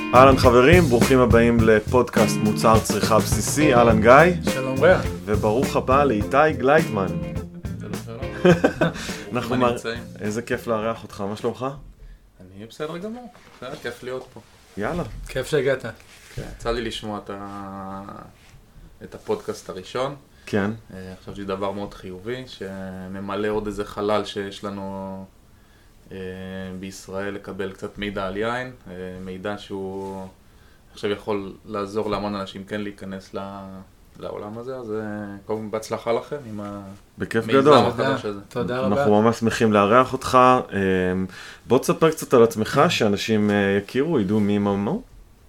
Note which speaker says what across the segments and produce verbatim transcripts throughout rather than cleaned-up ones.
Speaker 1: אהלן חברים, ברוכים הבאים לפודקאסט מוצר צריכה בסיסי. אהלן גיא.
Speaker 2: שלום רע.
Speaker 1: וברוך הבא לאיתי גלייטמן.
Speaker 3: שלום שלום.
Speaker 1: אנחנו מר... איזה כיף לארח אותך, מה שלומך?
Speaker 3: אני בסדר גמור, בסדר, כיף להיות פה.
Speaker 1: יאללה.
Speaker 2: כיף שהגעת.
Speaker 3: כן, יצא לי לשמוע את, ה... את הפודקאסט הראשון.
Speaker 1: כן.
Speaker 3: אני חושב שזה דבר מאוד חיובי, שממלא עוד איזה חלל שיש לנו בישראל לקבל קצת מידע על יין, מידע שהוא עכשיו יכול לעזור להמון אנשים כן להיכנס לעולם הזה, אז קודם בהצלחה לכם עם המיזם החדש הזה.
Speaker 2: תודה רבה.
Speaker 1: אנחנו ממש שמחים לארח אותך. בוא תספר קצת על עצמך, שאנשים יכירו, ידעו מי ממו.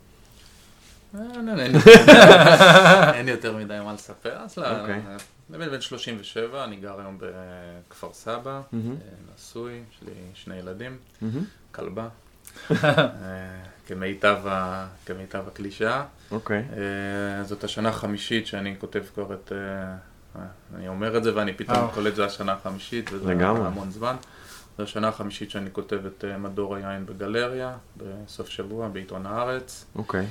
Speaker 3: אין יותר מדי מה לספר, אז אני בן שלושים ושבע, אני גר היום בכפר סבא, נשוי, יש לי שני ילדים, כלבה, כמיטב הקלישאה. זאת השנה החמישית שאני כותב כבר את, אני אומר את זה ואני פתאום קולט זה השנה החמישית, וזה המון זמן. זו השנה החמישית שאני כותב את מדור היין בגלריה, בסוף שבוע, בעיתון הארץ.
Speaker 1: אוקיי.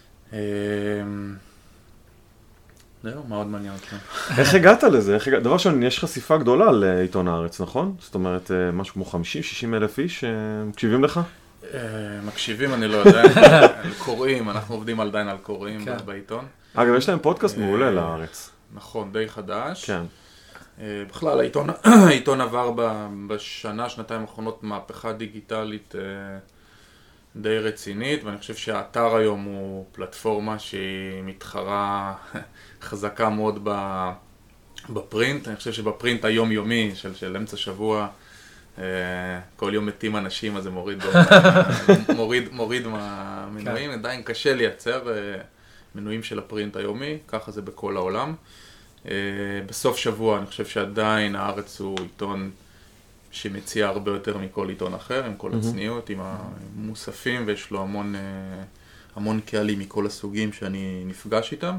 Speaker 3: זהו, מאוד מעניין אותך.
Speaker 1: איך הגעת לזה? דבר ראשון, יש חשיפה גדולה לעיתון הארץ, נכון? זאת אומרת, משהו כמו חמישים שישים אלף איש מקשיבים לך?
Speaker 3: מקשיבים, אני לא יודע. קוראים, אנחנו עובדים עדיין על קוראים בעיתון.
Speaker 1: אגב, יש להם פודקאסט מעולה לארץ.
Speaker 3: נכון, די חדש.
Speaker 1: כן.
Speaker 3: בכלל, העיתון עבר בשנה, שנתיים האחרונות מהפכה דיגיטלית די רצינית, ואני חושב שהאתר היום הוא פלטפורמה שהיא מתחרה חזקה מאוד בפרינט. אני חושב שבפרינט היומיומי של, של אמצע שבוע, כל יום מתים אנשים, אז זה מוריד, מוריד, מוריד מהמנויים. עדיין קשה לייצר מנויים של הפרינט היומי, ככה זה בכל העולם. בסוף שבוע אני חושב שעדיין הארץ הוא עיתון שמציע הרבה יותר מכל עיתון אחר, עם כל הצניעות, עם המוספים, ויש לו המון, המון קהלים מכל הסוגים שאני נפגש איתם.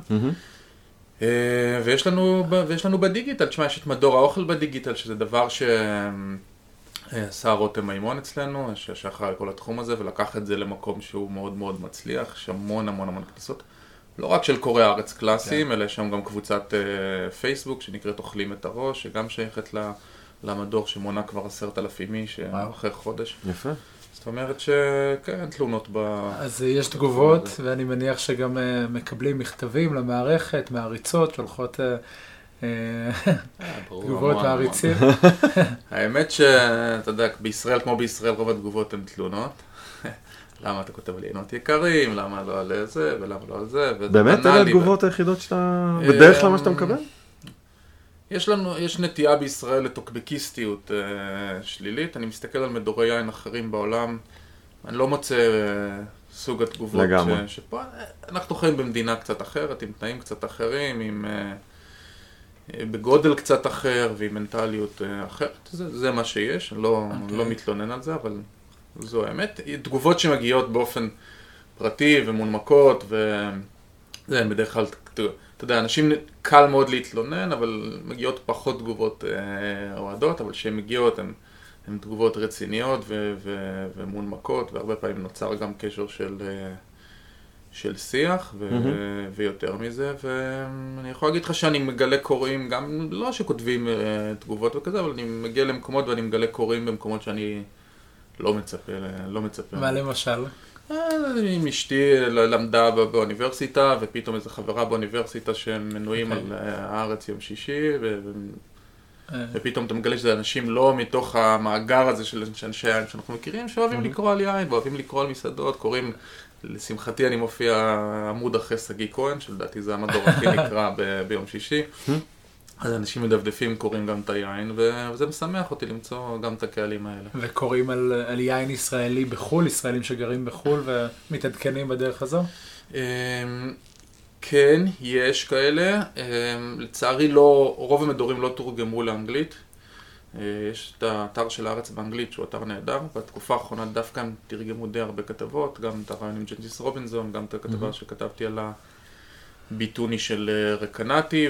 Speaker 3: ויש לנו, ויש לנו בדיגיטל, תשמע, יש את מדור האוכל בדיגיטל, שזה דבר שעשה רותם מימון אצלנו, שאחראי כל התחום הזה, ולקח את זה למקום שהוא מאוד מאוד מצליח, יש המון המון המון כניסות. לא רק של קוראי הארץ קלאסיים, אלא יש שם גם קבוצת פייסבוק, שנקראת אוכלים את הראש, שגם שייכת לה... למדור שמונה כבר עשרת אלפים איש אחרי חודש.
Speaker 1: יפה.
Speaker 3: זאת אומרת שכן, אין תלונות ב...
Speaker 2: אז יש תגובות, ואני מניח שגם מקבלים מכתבים למערכת, מעריצות, שולחות תגובות מעריצים.
Speaker 3: האמת שאתה יודע, בישראל כמו בישראל רוב התגובות הן תלונות. למה אתה כותב על יינות יקרים, למה לא על זה, ולמה לא על זה.
Speaker 1: באמת אלה התגובות היחידות שאתה... בדרך כלל מה שאתה מקבל?
Speaker 3: יש לנו, יש נטייה בישראל לטוקבקיסטיות אה, שלילית. אני מסתכל על מדורי יין אחרים בעולם, אני לא מוצא אה, סוג התגובות ש, שפה. אנחנו חיים במדינה קצת אחרת, עם תנאים קצת אחרים, עם אה, אה, בגודל קצת אחר ועם מנטליות אה, אחרת. זה, זה מה שיש, אני לא, okay. לא מתלונן על זה, אבל זו האמת. תגובות שמגיעות באופן פרטי ומונמקות, וזה בדרך כלל... אתה יודע, אנשים קל מאוד להתלונן, אבל מגיעות פחות תגובות אה, אוהדות, אבל שהן מגיעות הן, הן תגובות רציניות ו- ו- ומונמקות, והרבה פעמים נוצר גם קשר של, אה, של שיח ו- mm-hmm. ויותר מזה, ואני יכול להגיד לך שאני מגלה קוראים, גם לא שכותבים אה, תגובות וכזה, אבל אני מגיע למקומות ואני מגלה קוראים במקומות שאני לא מצפה. לא מצפה.
Speaker 2: מה למשל?
Speaker 3: עם אשתי למדה באוניברסיטה, ופתאום איזו חברה באוניברסיטה שמנויים על הארץ יום שישי, ופתאום אתה מגלה שזה אנשים לא מתוך המאגר הזה של אנשי יין שאנחנו מכירים, שאוהבים לקרוא על יין, ואוהבים לקרוא על מסעדות, קוראים, לשמחתי אני מופיע עמוד אחרי סגי כהן, שלדעתי זה המדור הכי נקרא ביום שישי. אז אנשים מדפדפים, קוראים גם את היין, וזה משמח אותי למצוא גם את הקהלים האלה.
Speaker 2: וקוראים על, על יין ישראלי בחול, ישראלים שגרים בחול ומתעדכנים בדרך הזו?
Speaker 3: כן, יש כאלה. לצערי לא, רוב המדורים לא תורגמו לאנגלית. יש את האתר של הארץ באנגלית שהוא אתר נהדר. בתקופה האחרונה דווקא הם תרגמו די הרבה כתבות, גם את הרעיון עם ג'נג'יס רובינזון, גם את הכתבה שכתבתי על ה... ביטוני של רקנטי,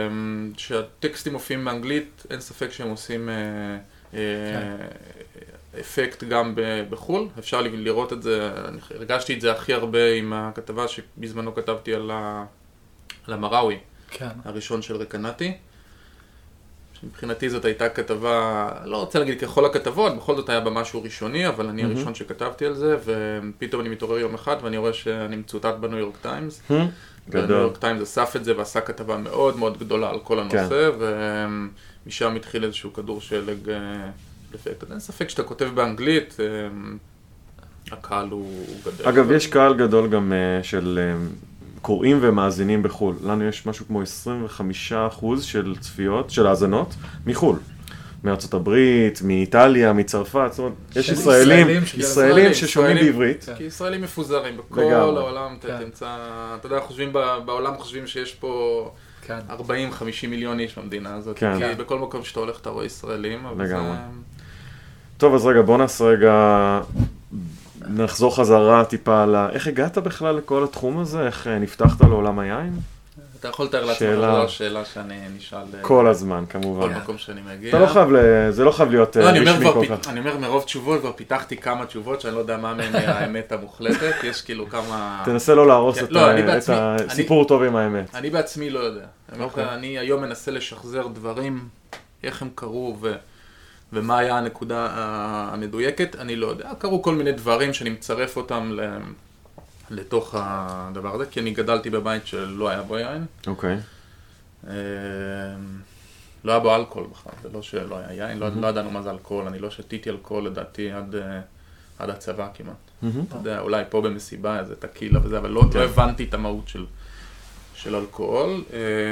Speaker 3: ושהטקסטים מופיעים באנגלית, אין ספק שהם עושים אפקט גם בחול, אפשר לראות את זה, אני הרגשתי את זה הכי הרבה עם הכתבה שבזמנו כתבתי על, ה, על המראוי,
Speaker 2: כן.
Speaker 3: הראשון של רקנטי. מבחינתי זאת הייתה כתבה, לא רוצה להגיד ככל הכתבות, בכל זאת היה בה משהו ראשוני, אבל אני mm-hmm. הראשון שכתבתי על זה, ופתאום אני מתעורר יום אחד ואני רואה שאני מצוטט בניו יורק טיימס. Mm-hmm. והניו יורק טיימס אסף את זה ועשה כתבה מאוד מאוד גדולה על כל הנושא, כן. ומשם התחיל איזשהו כדור שלג לפקט. אין ספק שאתה כותב באנגלית, הקהל הוא גדול.
Speaker 1: אגב, יש קהל גדול גם של קוראים ומאזינים בחול. לנו יש משהו כמו עשרים וחמישה אחוז של צפיות, של האזנות, מחול. מארצות הברית, מאיטליה, מצרפת, זאת אומרת, יש ישראלים, ישראלים ששומעים בעברית.
Speaker 3: כי ישראלים מפוזרים בכל העולם, תמצא, אתה יודע, חושבים, בעולם חושבים שיש פה ארבעים חמישים מיליון איש במדינה הזאת, כי בכל מקום שאתה הולך אתה רואה ישראלים.
Speaker 1: לגמרי. טוב, אז רגע, בוא נעשה רגע, נחזור חזרה טיפה על איך הגעת בכלל לכל התחום הזה, איך נפתחת לעולם היין?
Speaker 3: אתה יכול לתאר לעצמך, זו השאלה שאני נשאל
Speaker 1: כל הזמן, כמובן.
Speaker 3: כל מקום שאני מגיע.
Speaker 1: אתה לא חייב, זה לא חייב להיות רשמי כל כך.
Speaker 3: אני אומר מרוב תשובות, כבר פיתחתי כמה תשובות שאני לא יודע מה מהן האמת המוחלטת, יש כאילו כמה...
Speaker 1: תנסה לא להרוס את הסיפור טוב עם האמת.
Speaker 3: אני בעצמי לא יודע. אני היום מנסה לשחזר דברים, איך הם קרו ומה היה הנקודה המדויקת, אני לא יודע. קרו כל מיני דברים שאני מצרף אותם ל... לתוך הדבר הזה, כי אני גדלתי בבית שלא היה בו יין.
Speaker 1: אוקיי.
Speaker 3: לא היה בו אלכוהול בכלל, זה לא שלא היה יין, לא ידענו מה זה אלכוהול, אני לא שתיתי אלכוהול לדעתי עד הצבא כמעט. אתה יודע, אולי פה במסיבה איזה טקילה וזה, אבל לא הבנתי את המהות של אלכוהול.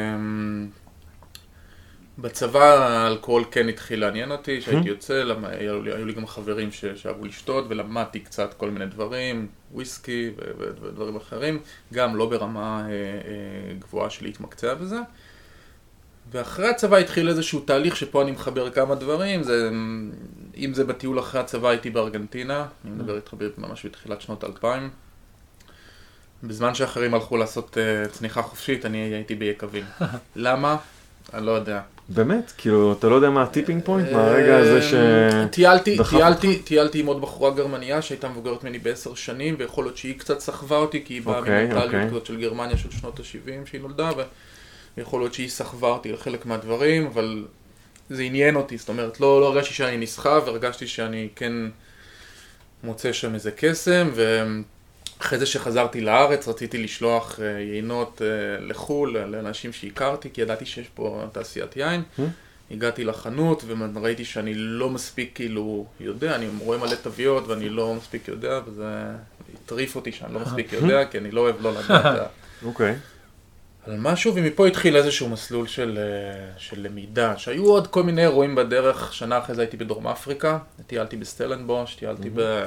Speaker 3: בצבא האלכוהול כן התחיל לעניין אותי, שהייתי יוצא, היו לי גם חברים שאהבו לשתות ולמדתי קצת כל מיני דברים, וויסקי ודברים אחרים, גם לא ברמה גבוהה של להתמקצע בזה. ואחרי הצבא התחיל איזשהו תהליך שפה אני מחבר כמה דברים, זה, אם זה בטיול אחרי הצבא הייתי בארגנטינה, אני מדבר איתך ממש בתחילת שנות אלפיים. בזמן שאחרים הלכו לעשות צניחה חופשית, אני הייתי ביקבים. למה? אני לא יודע.
Speaker 1: באמת? כאילו, אתה לא יודע מה הטיפינג פוינט? מהרגע הזה ש...
Speaker 3: טיילתי, טיילתי, טיילתי עם עוד בחורה גרמניה שהייתה מבוגרת ממני בעשר שנים, ויכול להיות שהיא קצת סחבה אותי, כי היא באה ממנטליות כזאת של גרמניה של שנות ה-שבעים שהיא נולדה, ויכול להיות שהיא סחבה אותי לחלק מהדברים, אבל זה עניין אותי, זאת אומרת, לא, לא הרגשתי שאני נסחב, והרגשתי שאני כן מוצא שם איזה קסם, ו... אחרי זה שחזרתי לארץ, רציתי לשלוח יינות לחול לאנשים שהכרתי, כי ידעתי שיש פה תעשיית יין. הגעתי לחנות וראיתי שאני לא מספיק כאילו יודע, אני רואה מלא תוויות ואני לא מספיק יודע, וזה הטריף אותי שאני לא מספיק יודע, כי אני לא אוהב לא לדעת
Speaker 1: אוקיי.
Speaker 3: על משהו, ומפה התחיל איזשהו מסלול של, של למידה, שהיו עוד כל מיני אירועים בדרך. שנה אחרי זה הייתי בדרום אפריקה, טיילתי בסטלנבוש, טיילתי ב...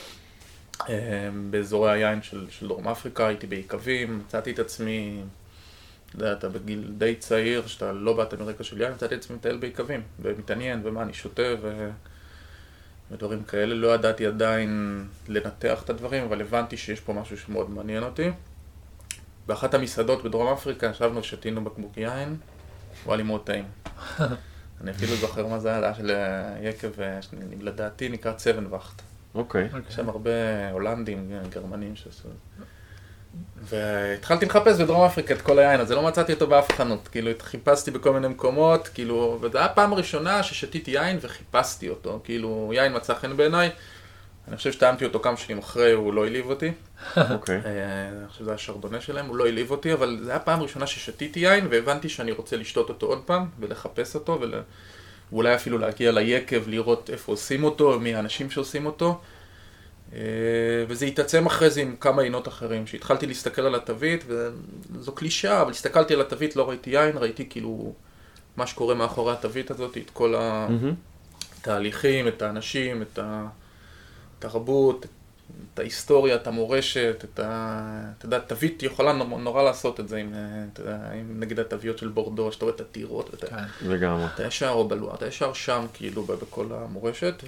Speaker 3: באזורי היין של, של דרום אפריקה, הייתי ביקבים, מצאתי את עצמי, אתה בגיל די צעיר, שאתה לא באת מרקע של יין, מצאתי את עצמי מטייל ביקבים, ומתעניין ומה אני שותה ו... ודברים כאלה. לא ידעתי עדיין לנתח את הדברים, אבל הבנתי שיש פה משהו שמאוד מעניין אותי. באחת המסעדות בדרום אפריקה, ישבנו ושתינו בקבוק יין, הוא היה לי מאוד טעים. אני אפילו זוכר מה זה היה, של יקב, לדעתי נקרא צבנווכט.
Speaker 1: אוקיי.
Speaker 3: יש שם הרבה הולנדים, גרמנים שעשו. והתחלתי לחפש בדרום אפריקה את כל היין, אז לא מצאתי אותו באף חנות. כאילו, חיפשתי בכל מיני מקומות, כאילו, וזו הייתה הפעם הראשונה ששתיתי יין וחיפשתי אותו. כאילו, יין מצא חן בעיניי. אני חושב שטעמתי אותו כמה שנים אחרי, הוא לא העליב אותי.
Speaker 1: אוקיי.
Speaker 3: אני חושב שזה השרדונה שלהם, הוא לא העליב אותי, אבל זו הייתה הפעם הראשונה ששתיתי יין, והבנתי שאני רוצה לשתות אותו עוד פעם, ולחפש אותו, ול... ואולי אפילו להגיע ליקב, לראות איפה עושים אותו, מי האנשים שעושים אותו. וזה התעצם אחרי זה עם כמה עינות אחרים, שהתחלתי להסתכל על התווית, וזו קלישה, אבל הסתכלתי על התווית, לא ראיתי יין, ראיתי כאילו מה שקורה מאחורי התווית הזאת, את כל התהליכים, את האנשים, את התרבות, את ההיסטוריה, את המורשת, את ה... אתה יודע, תווית יכולה נורא לעשות את זה עם, אתה יודע, עם נגיד התוויות של בורדו, שאתה רואה את הטירות, ואתה...
Speaker 1: לגמרי.
Speaker 3: אתה ישר או בלוע, אתה ישר שם כאילו בכל המורשת,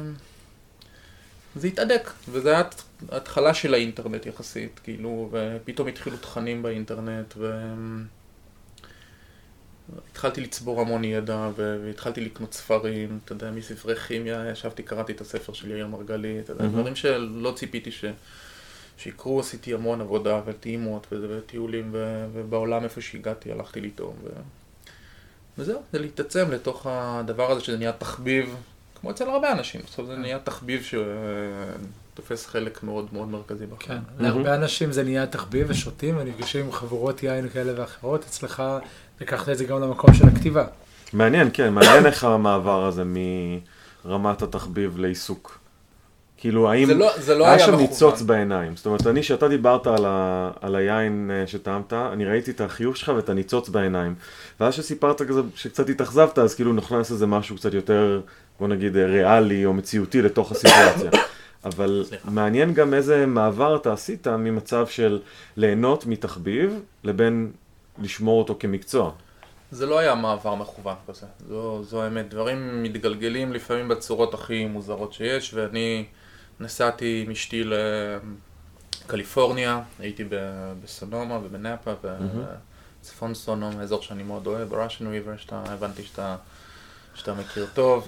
Speaker 3: וזה התעדק, וזה היה התחלה של האינטרנט יחסית, כאילו, ופתאום התחילו תכנים באינטרנט, ו... התחלתי לצבור המון ידע, והתחלתי לקנות ספרים, אתה יודע, מספרי כימיה, ישבתי, קראתי את הספר של יאיר מרגלית, אתה יודע, דברים שלא ציפיתי ש... שיקרו, עשיתי המון עבודה וטעימות וטיולים, ובעולם איפה שהגעתי הלכתי לטעום. ו... וזהו, זה להתעצם לתוך הדבר הזה שזה נהיה תחביב, כמו אצל הרבה אנשים, בסוף זה נהיה תחביב שתופס חלק מאוד מאוד מרכזי בחיים.
Speaker 2: כן, להרבה אנשים זה נהיה תחביב ושותים ונפגשים עם חברות יין כאלה ואחרות, אצלך לקחת את זה גם למקום של הכתיבה.
Speaker 1: מעניין, כן, מעניין איך המעבר הזה מרמת התחביב לעיסוק. כאילו, האם
Speaker 3: זה לא, זה לא
Speaker 1: היה
Speaker 3: היה
Speaker 1: שם
Speaker 3: מכוון.
Speaker 1: ניצוץ בעיניים? זאת אומרת, אני, שאתה דיברת על, ה, על היין שטעמת, אני ראיתי את החיוך שלך ואת הניצוץ בעיניים. ואז שסיפרת כזה, שקצת התאכזבת, אז כאילו נכנס איזה משהו קצת יותר, בוא נגיד, ריאלי או מציאותי לתוך הסיטואציה. אבל סליחה. מעניין גם איזה מעבר אתה עשית ממצב של ליהנות מתחביב, לבין לשמור אותו כמקצוע.
Speaker 3: זה לא היה מעבר מכוון כזה. זו, זו האמת. דברים מתגלגלים לפעמים בצורות הכי מוזרות שיש, ואני נסעתי עם אשתי לקליפורניה, הייתי בסונומה ובנאפה, בצפון סונומה, אזור שאני מאוד אוהב, בראשן ריבר, שאתה הבנתי שאתה, שאתה מכיר טוב.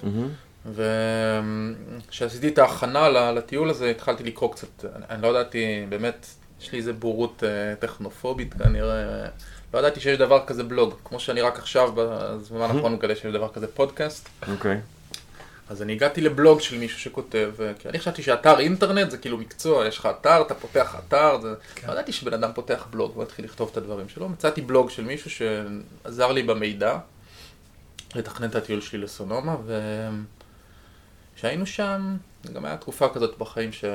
Speaker 3: וכשעשיתי את ההכנה לטיול הזה, התחלתי לקרוא קצת, אני לא ידעתי, באמת, יש לי איזה בורות טכנופובית כנראה, לא ידעתי שיש דבר כזה בלוג, כמו שאני רק עכשיו, בזמן האחרון מגלה שיש דבר כזה פודקאסט.
Speaker 1: אוקיי.
Speaker 3: אז אני הגעתי לבלוג של מישהו שכותב, כי אני חשבתי שאתר אינטרנט זה כאילו מקצוע, יש לך אתר, אתה פותח אתר, זה... לא ידעתי שבן אדם פותח בלוג והתחיל לכתוב את הדברים שלו. מצאתי בלוג של מישהו שעזר לי במידע, לתכנן את הטיול שלי לסונומה, וכשהיינו שם, גם היה תקופה כזאת בחיים ש...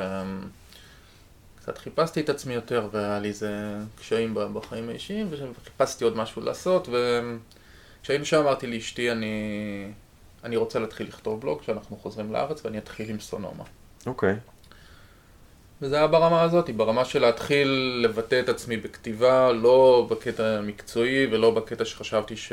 Speaker 3: קצת חיפשתי את עצמי יותר, והיה לי איזה קשיים בחיים האישיים, וחיפשתי עוד משהו לעשות, וכשהיינו שם אמרתי לאשתי, אני, אני רוצה להתחיל לכתוב בלוג, כשאנחנו חוזרים לארץ, ואני אתחיל עם סונומה.
Speaker 1: אוקיי. Okay.
Speaker 3: וזה היה ברמה הזאת, ברמה של להתחיל לבטא את עצמי בכתיבה, לא בקטע מקצועי, ולא בקטע שחשבתי ש...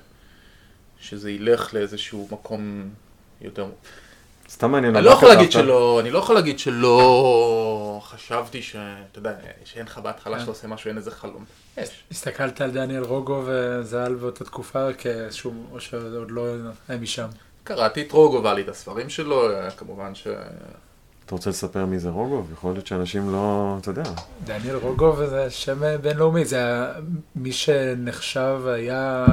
Speaker 3: שזה ילך לאיזשהו מקום יותר...
Speaker 1: סתם מעניין.
Speaker 3: אני לא יכול להגיד שלא, אני לא יכול להגיד שלא חשבתי ש... אתה יודע, שאין לך בהתחלה שאתה עושה משהו, אין איזה חלום. יש.
Speaker 2: הסתכלת על דניאל רוגו וזהל באותה תקופה כאיזשהו, או שעוד לא היה משם?
Speaker 3: קראתי את רוגו ועלי את הספרים שלו, כמובן ש...
Speaker 1: אתה רוצה לספר מי זה רוגוב? יכול להיות שאנשים לא, אתה יודע.
Speaker 2: דניאל רוגוב זה שם בינלאומי, זה מי שנחשב היה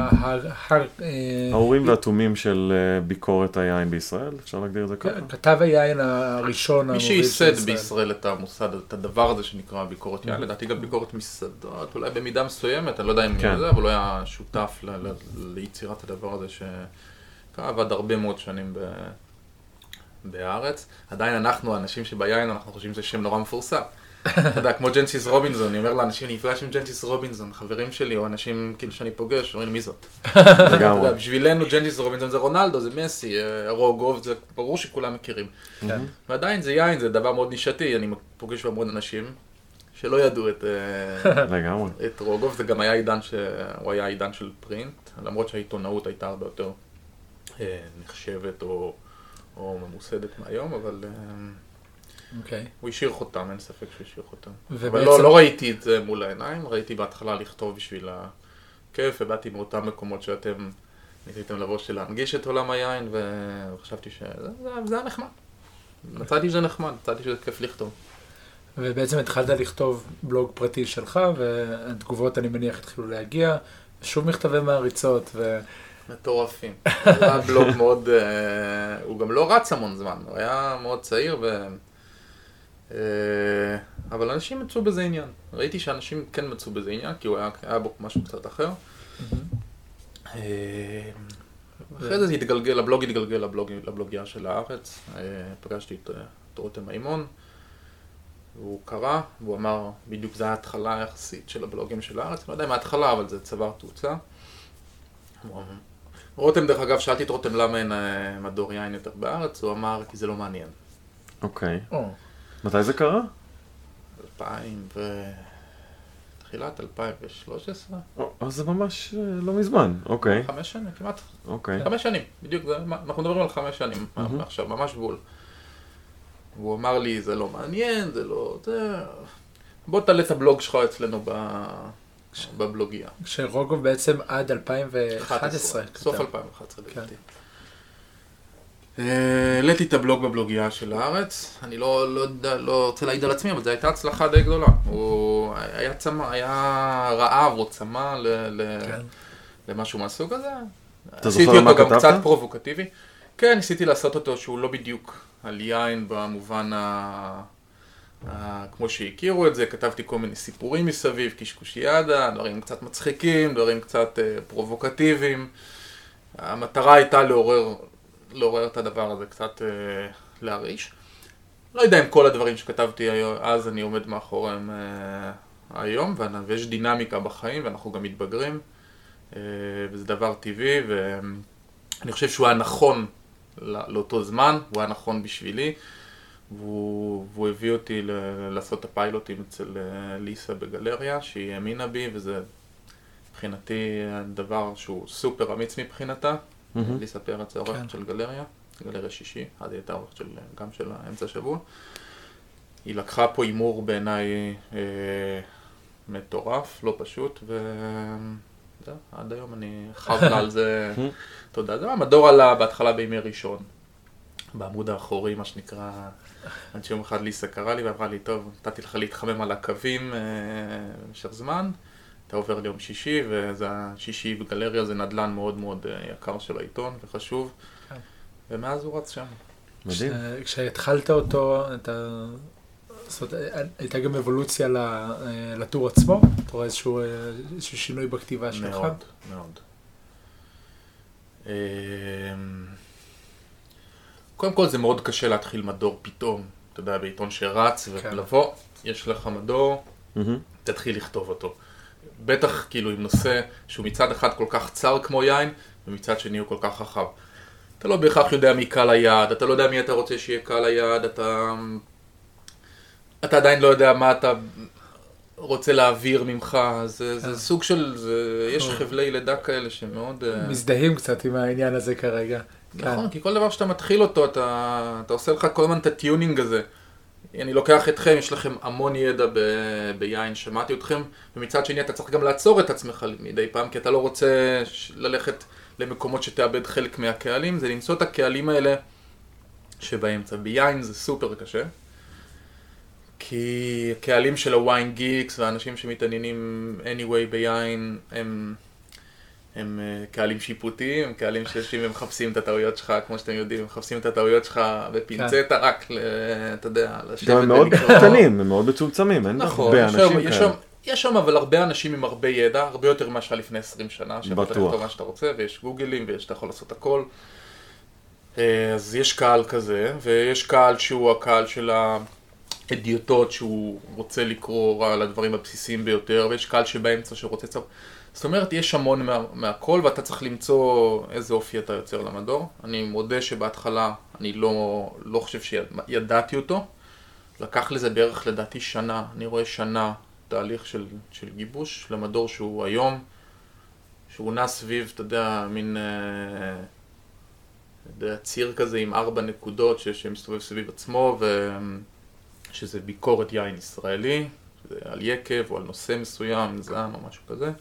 Speaker 1: האורים והתומים של ביקורת היין בישראל, אפשר להגדיר את זה ככה?
Speaker 2: כתב היין הראשון.
Speaker 3: מי שייסד בישראל את המוסד, את הדבר הזה שנקרא ביקורת יין, לדעתי גם ביקורת מסעדות, אולי במידה מסוימת, אני לא יודע אם זה, אבל הוא היה שותף ליצירת הדבר הזה שעבד הרבה מאוד שנים ב... בארץ. עדיין אנחנו, האנשים שביין, אנחנו חושבים שזה שם נורא מפורסם. אתה יודע, כמו ג'נסיס רובינזון, אני אומר לאנשים, אני אפגש עם ג'נסיס רובינזון, חברים שלי, או אנשים כאילו שאני פוגש, אומרים, מי זאת?
Speaker 1: לגמרי.
Speaker 3: בשבילנו ג'נסיס רובינזון זה רונלדו, זה מסי, רוגוב, זה ברור שכולם מכירים. ועדיין זה יין, זה דבר מאוד נישתי, אני פוגש בהמון אנשים שלא ידעו את רוגוב, זה גם היה עידן, הוא היה עידן של פרינט, למרות שהעיתונאות הייתה הרבה יותר נחשבת או או ממוסדת מהיום, אבל
Speaker 2: okay.
Speaker 3: הוא השאיר חותם, אין ספק שהוא השאיר חותם. אבל לא, לא ראיתי את זה מול העיניים, ראיתי בהתחלה לכתוב בשביל הכיף, ובאתי מאותם מקומות שאתם ניסיתם לבוא של להנגיש את עולם היין, וחשבתי שזה זה היה נחמד. מצאתי שזה נחמד, מצאתי שזה כיף לכתוב.
Speaker 2: ובעצם התחלת לכתוב בלוג פרטי שלך, והתגובות אני מניח התחילו להגיע, שוב מכתבי מעריצות, ו...
Speaker 3: מטורפים. זה היה בלוג מאוד, הוא גם לא רץ המון זמן, הוא היה מאוד צעיר, אבל אנשים מצאו בזה עניין. ראיתי שאנשים כן מצאו בזה עניין, כי הוא היה בו משהו קצת אחר. אחרי זה התגלגל, הבלוג התגלגל לבלוגיה של הארץ. פגשתי את רותם מימון, והוא קרא, והוא אמר, בדיוק זה ההתחלה היחסית של הבלוגים של הארץ. לא יודע אם ההתחלה, אבל זה צבר תאוצה. רותם, דרך אגב, שאלתי את רותם למה אין מדור יין יותר בארץ, הוא אמר, כי זה לא מעניין.
Speaker 1: אוקיי. מתי זה קרה?
Speaker 3: אלפיים ו... תחילת אלפיים ושלוש עשרה.
Speaker 1: אז זה ממש לא מזמן, אוקיי.
Speaker 3: חמש שנים, כמעט.
Speaker 1: אוקיי.
Speaker 3: חמש שנים, בדיוק, אנחנו מדברים על חמש שנים, עכשיו, ממש בול. והוא אמר לי, זה לא מעניין, זה לא... בוא תעלה את הבלוג שלך אצלנו בבלוגיה.
Speaker 2: שרוגוב בעצם עד אלפיים ואחת עשרה.
Speaker 3: סוף אלפיים ואחת עשרה לדעתי. העליתי את הבלוג בבלוגיה של הארץ, אני לא, לא, לא, לא רוצה להעיד על עצמי, אבל זו הייתה הצלחה די גדולה. הוא היה צמא, היה רעב או צמא ל, ל, כן. למשהו מהסוג הזה.
Speaker 1: אתה זוכר מה כתבת?
Speaker 3: עשיתי אותו גם קצת פרובוקטיבי. כן, ניסיתי לעשות אותו שהוא לא בדיוק על יין במובן ה... ה... כמו שהכירו את זה, כתבתי כל מיני סיפורים מסביב, קשקושיאדה, דברים קצת מצחיקים, דברים קצת uh, פרובוקטיביים. המטרה הייתה לעורר, לעורר את הדבר הזה, קצת uh, להרעיש. לא יודע אם כל הדברים שכתבתי אז אני עומד מאחוריהם uh, היום, ויש דינמיקה בחיים ואנחנו גם מתבגרים, uh, וזה דבר טבעי, ואני חושב שהוא היה נכון לאותו זמן, הוא היה נכון בשבילי, והוא, והוא הביא אותי ל- לעשות את הפיילוטים אצל ליסה בגלריה, שהיא האמינה בי, וזה מבחינתי דבר שהוא סופר אמיץ מבחינתה. Mm-hmm. ליסה פרץ זה עורכת כן. של גלריה, גלריה שישי, עד היא הייתה עורכת של, גם של האמצע השבוע. היא לקחה פה אימור בעיניי אה, מטורף, לא פשוט, ו... זה, עד היום אני חב לה על זה, תודה. זה המדור עלה בהתחלה בימי ראשון, בעמוד האחורי, מה שנקרא, עד שיום אחד ליסה קרא לי ואמרה לי, טוב, נתתי לך להתחמם על הקווים במשך זמן, אתה עובר ליום שישי, וזה השישי בגלריה, זה נדלן מאוד מאוד יקר של העיתון וחשוב, ומאז הוא רץ שם.
Speaker 2: מדהים. כשהתחלת אותו, אתה... זאת אומרת, הייתה גם אבולוציה לטור עצמו? אתה רואה איזשהו שינוי בכתיבה שלך?
Speaker 3: מאוד, מאוד. קודם כל זה מאוד קשה להתחיל מדור פתאום, אתה יודע, בעיתון שרץ ולבוא, יש לך מדור, תתחיל לכתוב אותו. בטח כאילו עם נושא שהוא מצד אחד כל כך צר כמו יין, ומצד שני הוא כל כך רחב. אתה לא בהכרח יודע מי קהל היעד, אתה לא יודע מי אתה רוצה שיהיה קהל היעד, אתה... אתה עדיין לא יודע מה אתה רוצה להעביר ממך, זה, זה סוג של, זה, יש חבלי לידה כאלה שמאוד...
Speaker 2: מזדהים קצת עם העניין הזה כרגע.
Speaker 3: נכון, כי כל דבר שאתה מתחיל אותו, אתה, אתה עושה לך כל הזמן את הטיונינג הזה. אני לוקח אתכם, יש לכם המון ידע ב, ביין, שמעתי אתכם, ומצד שני אתה צריך גם לעצור את עצמך מדי פעם, כי אתה לא רוצה ללכת למקומות שתאבד חלק מהקהלים, זה למצוא את הקהלים האלה שבאמצע. ביין זה סופר קשה. כי הקהלים של הוויין גיקס והאנשים שמתעניינים anyway ביין הם, הם קהלים שיפוטיים, הם קהלים שיושבים ומחפשים את הטעויות שלך, כמו שאתם יודעים, מחפשים את הטעויות שלך בפינצטה רק, אתה יודע, לשבת
Speaker 1: ולקרוא. הם מאוד קטנים, הם מאוד מצומצמים, אין הרבה אנשים כאלה.
Speaker 3: יש שם אבל הרבה אנשים עם הרבה ידע, הרבה יותר ממה שהיה לפני עשרים שנה, שאתה לכתוב מה שאתה רוצה, ויש גוגלים, ואתה יכול לעשות הכל. אז יש קהל כזה, ויש קהל שהוא הקהל של ה... אדיוטות שהוא רוצה לקרוא על הדברים הבסיסיים ביותר, ויש קהל שבאמצע שרוצה צו. זאת אומרת, יש המון מה, מהכל, ואתה צריך למצוא איזה אופי אתה יוצר למדור. אני מודה שבהתחלה אני לא, לא חושב שידעתי אותו. לקח לזה בערך לדעתי שנה, אני רואה שנה תהליך של, של גיבוש למדור שהוא היום, שהוא נע סביב, אתה יודע, מין אה, יודע, ציר כזה עם ארבע נקודות שמסתובב סביב עצמו, ו... שזה ביקורת יין ישראלי, שזה על יקב או על נושא מסוים, זעם או משהו כזה.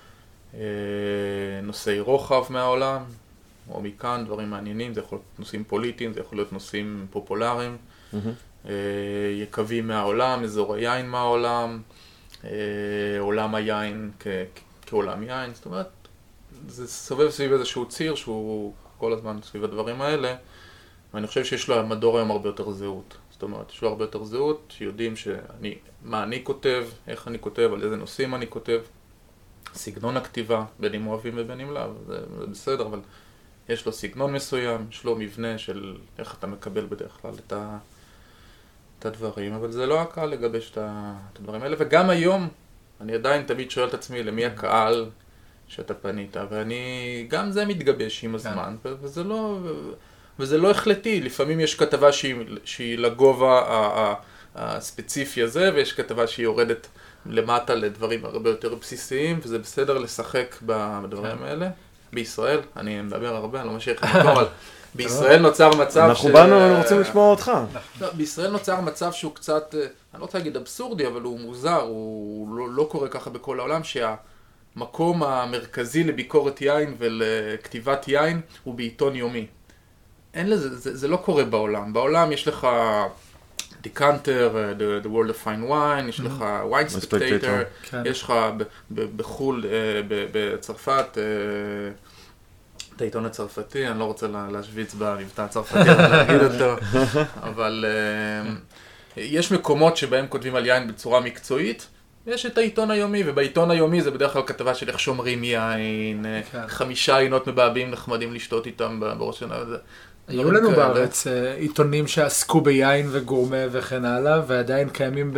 Speaker 3: נושאי רוחב מהעולם, או מכאן, דברים מעניינים, זה יכול להיות נושאים פוליטיים, זה יכול להיות נושאים פופולריים. Mm-hmm. יקבים מהעולם, אזור היין מהעולם, עולם היין כ- כעולם יין, זאת אומרת, זה סובב סביב איזשהו ציר שהוא כל הזמן סביב הדברים האלה, ואני חושב שיש לו מדור היום הרבה יותר זהות. זאת אומרת, יש לו הרבה יותר זהות, שיודעים שאני, מה אני כותב, איך אני כותב, על איזה נושאים אני כותב, סגנון הכתיבה, בין אם אוהבים ובין אם לא, זה, זה בסדר, אבל יש לו סגנון מסוים, יש לו מבנה של איך אתה מקבל בדרך כלל את, ה, את הדברים, אבל זה לא הקהל לגבש את הדברים האלה, וגם היום אני עדיין תמיד שואל את עצמי למי הקהל שאתה פנית, ואני, גם זה מתגבש עם הזמן, וזה לא... וזה לא החלטי, לפעמים יש כתבה שהיא, שהיא לגובה הספציפי הזה, ויש כתבה שהיא יורדת למטה לדברים הרבה יותר בסיסיים, וזה בסדר לשחק בדברים האלה. בישראל, אני מדבר הרבה, אני לא משאיר לך מקום, אבל בישראל נוצר מצב
Speaker 1: אנחנו באנו, רוצים לשמוע אותך.
Speaker 3: בישראל נוצר מצב שהוא קצת, אני לא רוצה להגיד אבסורדי, אבל הוא מוזר, הוא לא קורה ככה בכל העולם, שה... המקום המרכזי לביקורת יין ולכתיבת יין הוא בעיתון יומי. אין לזה, זה, זה לא קורה בעולם. בעולם יש לך דיקנטר, the, the World of Fine Wine, יש לך Wine Spectator, יש לך בחול, בצרפת, את העיתון הצרפתי, אני לא רוצה להשוויץ במבטא הצרפתי, אבל להגיד אותו, אבל יש מקומות שבהם כותבים על יין בצורה מקצועית, יש את העיתון היומי, ובעיתון היומי זה בדרך כלל כתבה של איך שומרים יין, חמישה עינות מבעבים נחמדים לשתות איתם בראש שנה.
Speaker 2: היו לנו בארץ עיתונים שעסקו ביין וגורמה וכן הלאה, ועדיין קיימים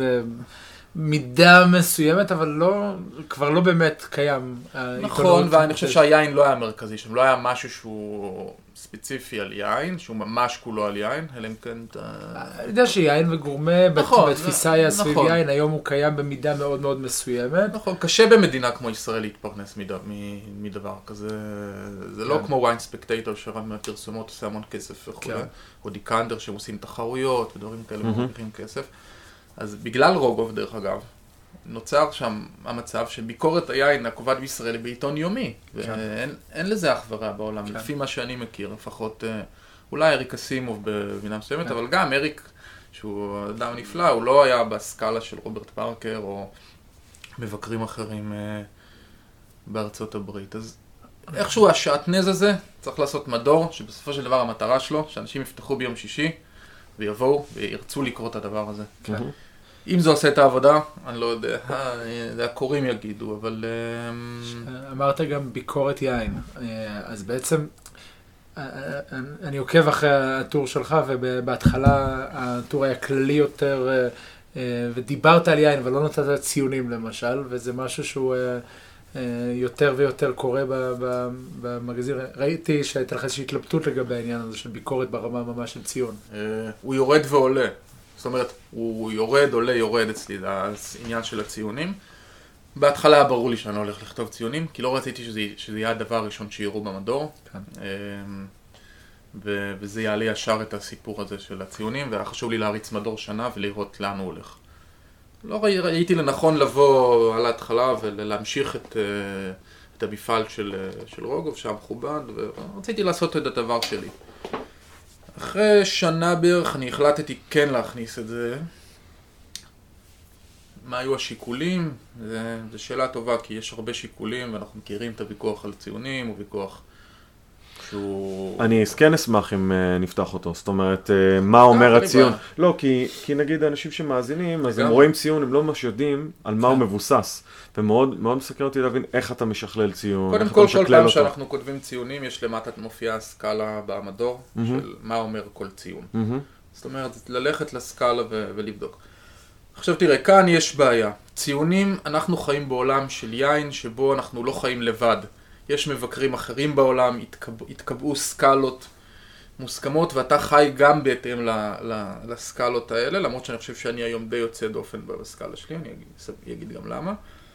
Speaker 2: במידה מסוימת, אבל לא, כבר לא באמת קיים.
Speaker 3: נכון, ואני חושב שהיין לא היה מרכזי שם, לא היה משהו שהוא ספציפי על יין, שהוא ממש כולו על יין, אלא אם כן אתה...
Speaker 2: אני יודע שיין וגורמה בתפיסה היה סביב יין, היום הוא קיים במידה מאוד מאוד מסוימת.
Speaker 3: נכון, קשה במדינה כמו ישראל להתפרנס מדבר כזה, זה לא כמו וויין ספקטייטור שרק מהפרסומות עושה המון כסף וכו', או דיקנדר שהם עושים תחרויות ודברים כאלה מרוויחים כסף. אז בגלל רוגוב דרך אגב, נוצר שם המצב שביקורת היין הקובעת בישראל היא בעיתון יומי, ואין לזה אח ורע בעולם, לפי מה שאני מכיר, לפחות אולי אריק אסימוב בבינה מסוימת, אבל גם אריק, שהוא אדם נפלא, הוא לא היה בסקאלה של רוברט פארקר או מבקרים אחרים בארצות הברית. אז איכשהו השעטנז הזה צריך לעשות מדור, שבסופו של דבר המטרה שלו, שאנשים יפתחו ביום שישי ויבואו וירצו לקרוא את הדבר הזה. אם זה עושה את העבודה, אני לא יודע, זה הקוראים יגידו, אבל...
Speaker 2: אמרת גם ביקורת יין, אז בעצם אני עוקב אחרי הטור שלך, ובהתחלה הטור היה כללי יותר, ודיברת על יין, אבל לא נתת ציונים למשל, וזה משהו שהוא יותר ויותר קורה במגזין. ראיתי שהייתה לך איזושהי התלבטות לגבי העניין הזה של ביקורת ברמה ממש של ציון.
Speaker 3: הוא יורד ועולה. זאת אומרת, הוא יורד, עולה, יורד אצלי, זה העניין של הציונים. בהתחלה היה ברור לי שאני לא הולך לכתוב ציונים, כי לא רציתי שזה, שזה יהיה הדבר הראשון שיראו במדור. כן. ו- וזה יעלה ישר את הסיפור הזה של הציונים, והיה חשוב לי להריץ מדור שנה ולראות לאן הוא הולך. לא ראי, ראיתי לנכון לבוא על ההתחלה ולהמשיך את, את המפעל של, של רוגוב, שהיה מכובד, ורציתי לעשות את הדבר שלי. אחרי שנה בערך אני החלטתי כן להכניס את זה. מה היו השיקולים? זו שאלה טובה, כי יש הרבה שיקולים, ואנחנו מכירים את הוויכוח על ציונים, הוא ויכוח שהוא...
Speaker 1: אני כן אשמח אם נפתח אותו, זאת אומרת, מה אומר הציון? לא, כי נגיד האנשים שמאזינים, אז הם רואים ציון, הם לא ממש יודעים על מה הוא מבוסס, ומאוד מסקר אותי להבין איך אתה משכלל ציון,
Speaker 3: קודם כל, כל פעם שאנחנו כותבים ציונים, יש למטה מופיעה סקאלה במדור, של מה אומר כל ציון. זאת אומרת, ללכת לסקאלה ולבדוק. עכשיו תראה, כאן יש בעיה. ציונים, אנחנו חיים בעולם של יין, שבו אנחנו לא חיים לבד. יש מבקרים אחרים בעולם, התקבע, התקבעו סקאלות מוסכמות, ואתה חי גם בהתאם ל, ל, לסקאלות האלה, למרות שאני חושב שאני היום די יוצא דופן בסקאלה שלי, אני אגיד, אגיד גם למה.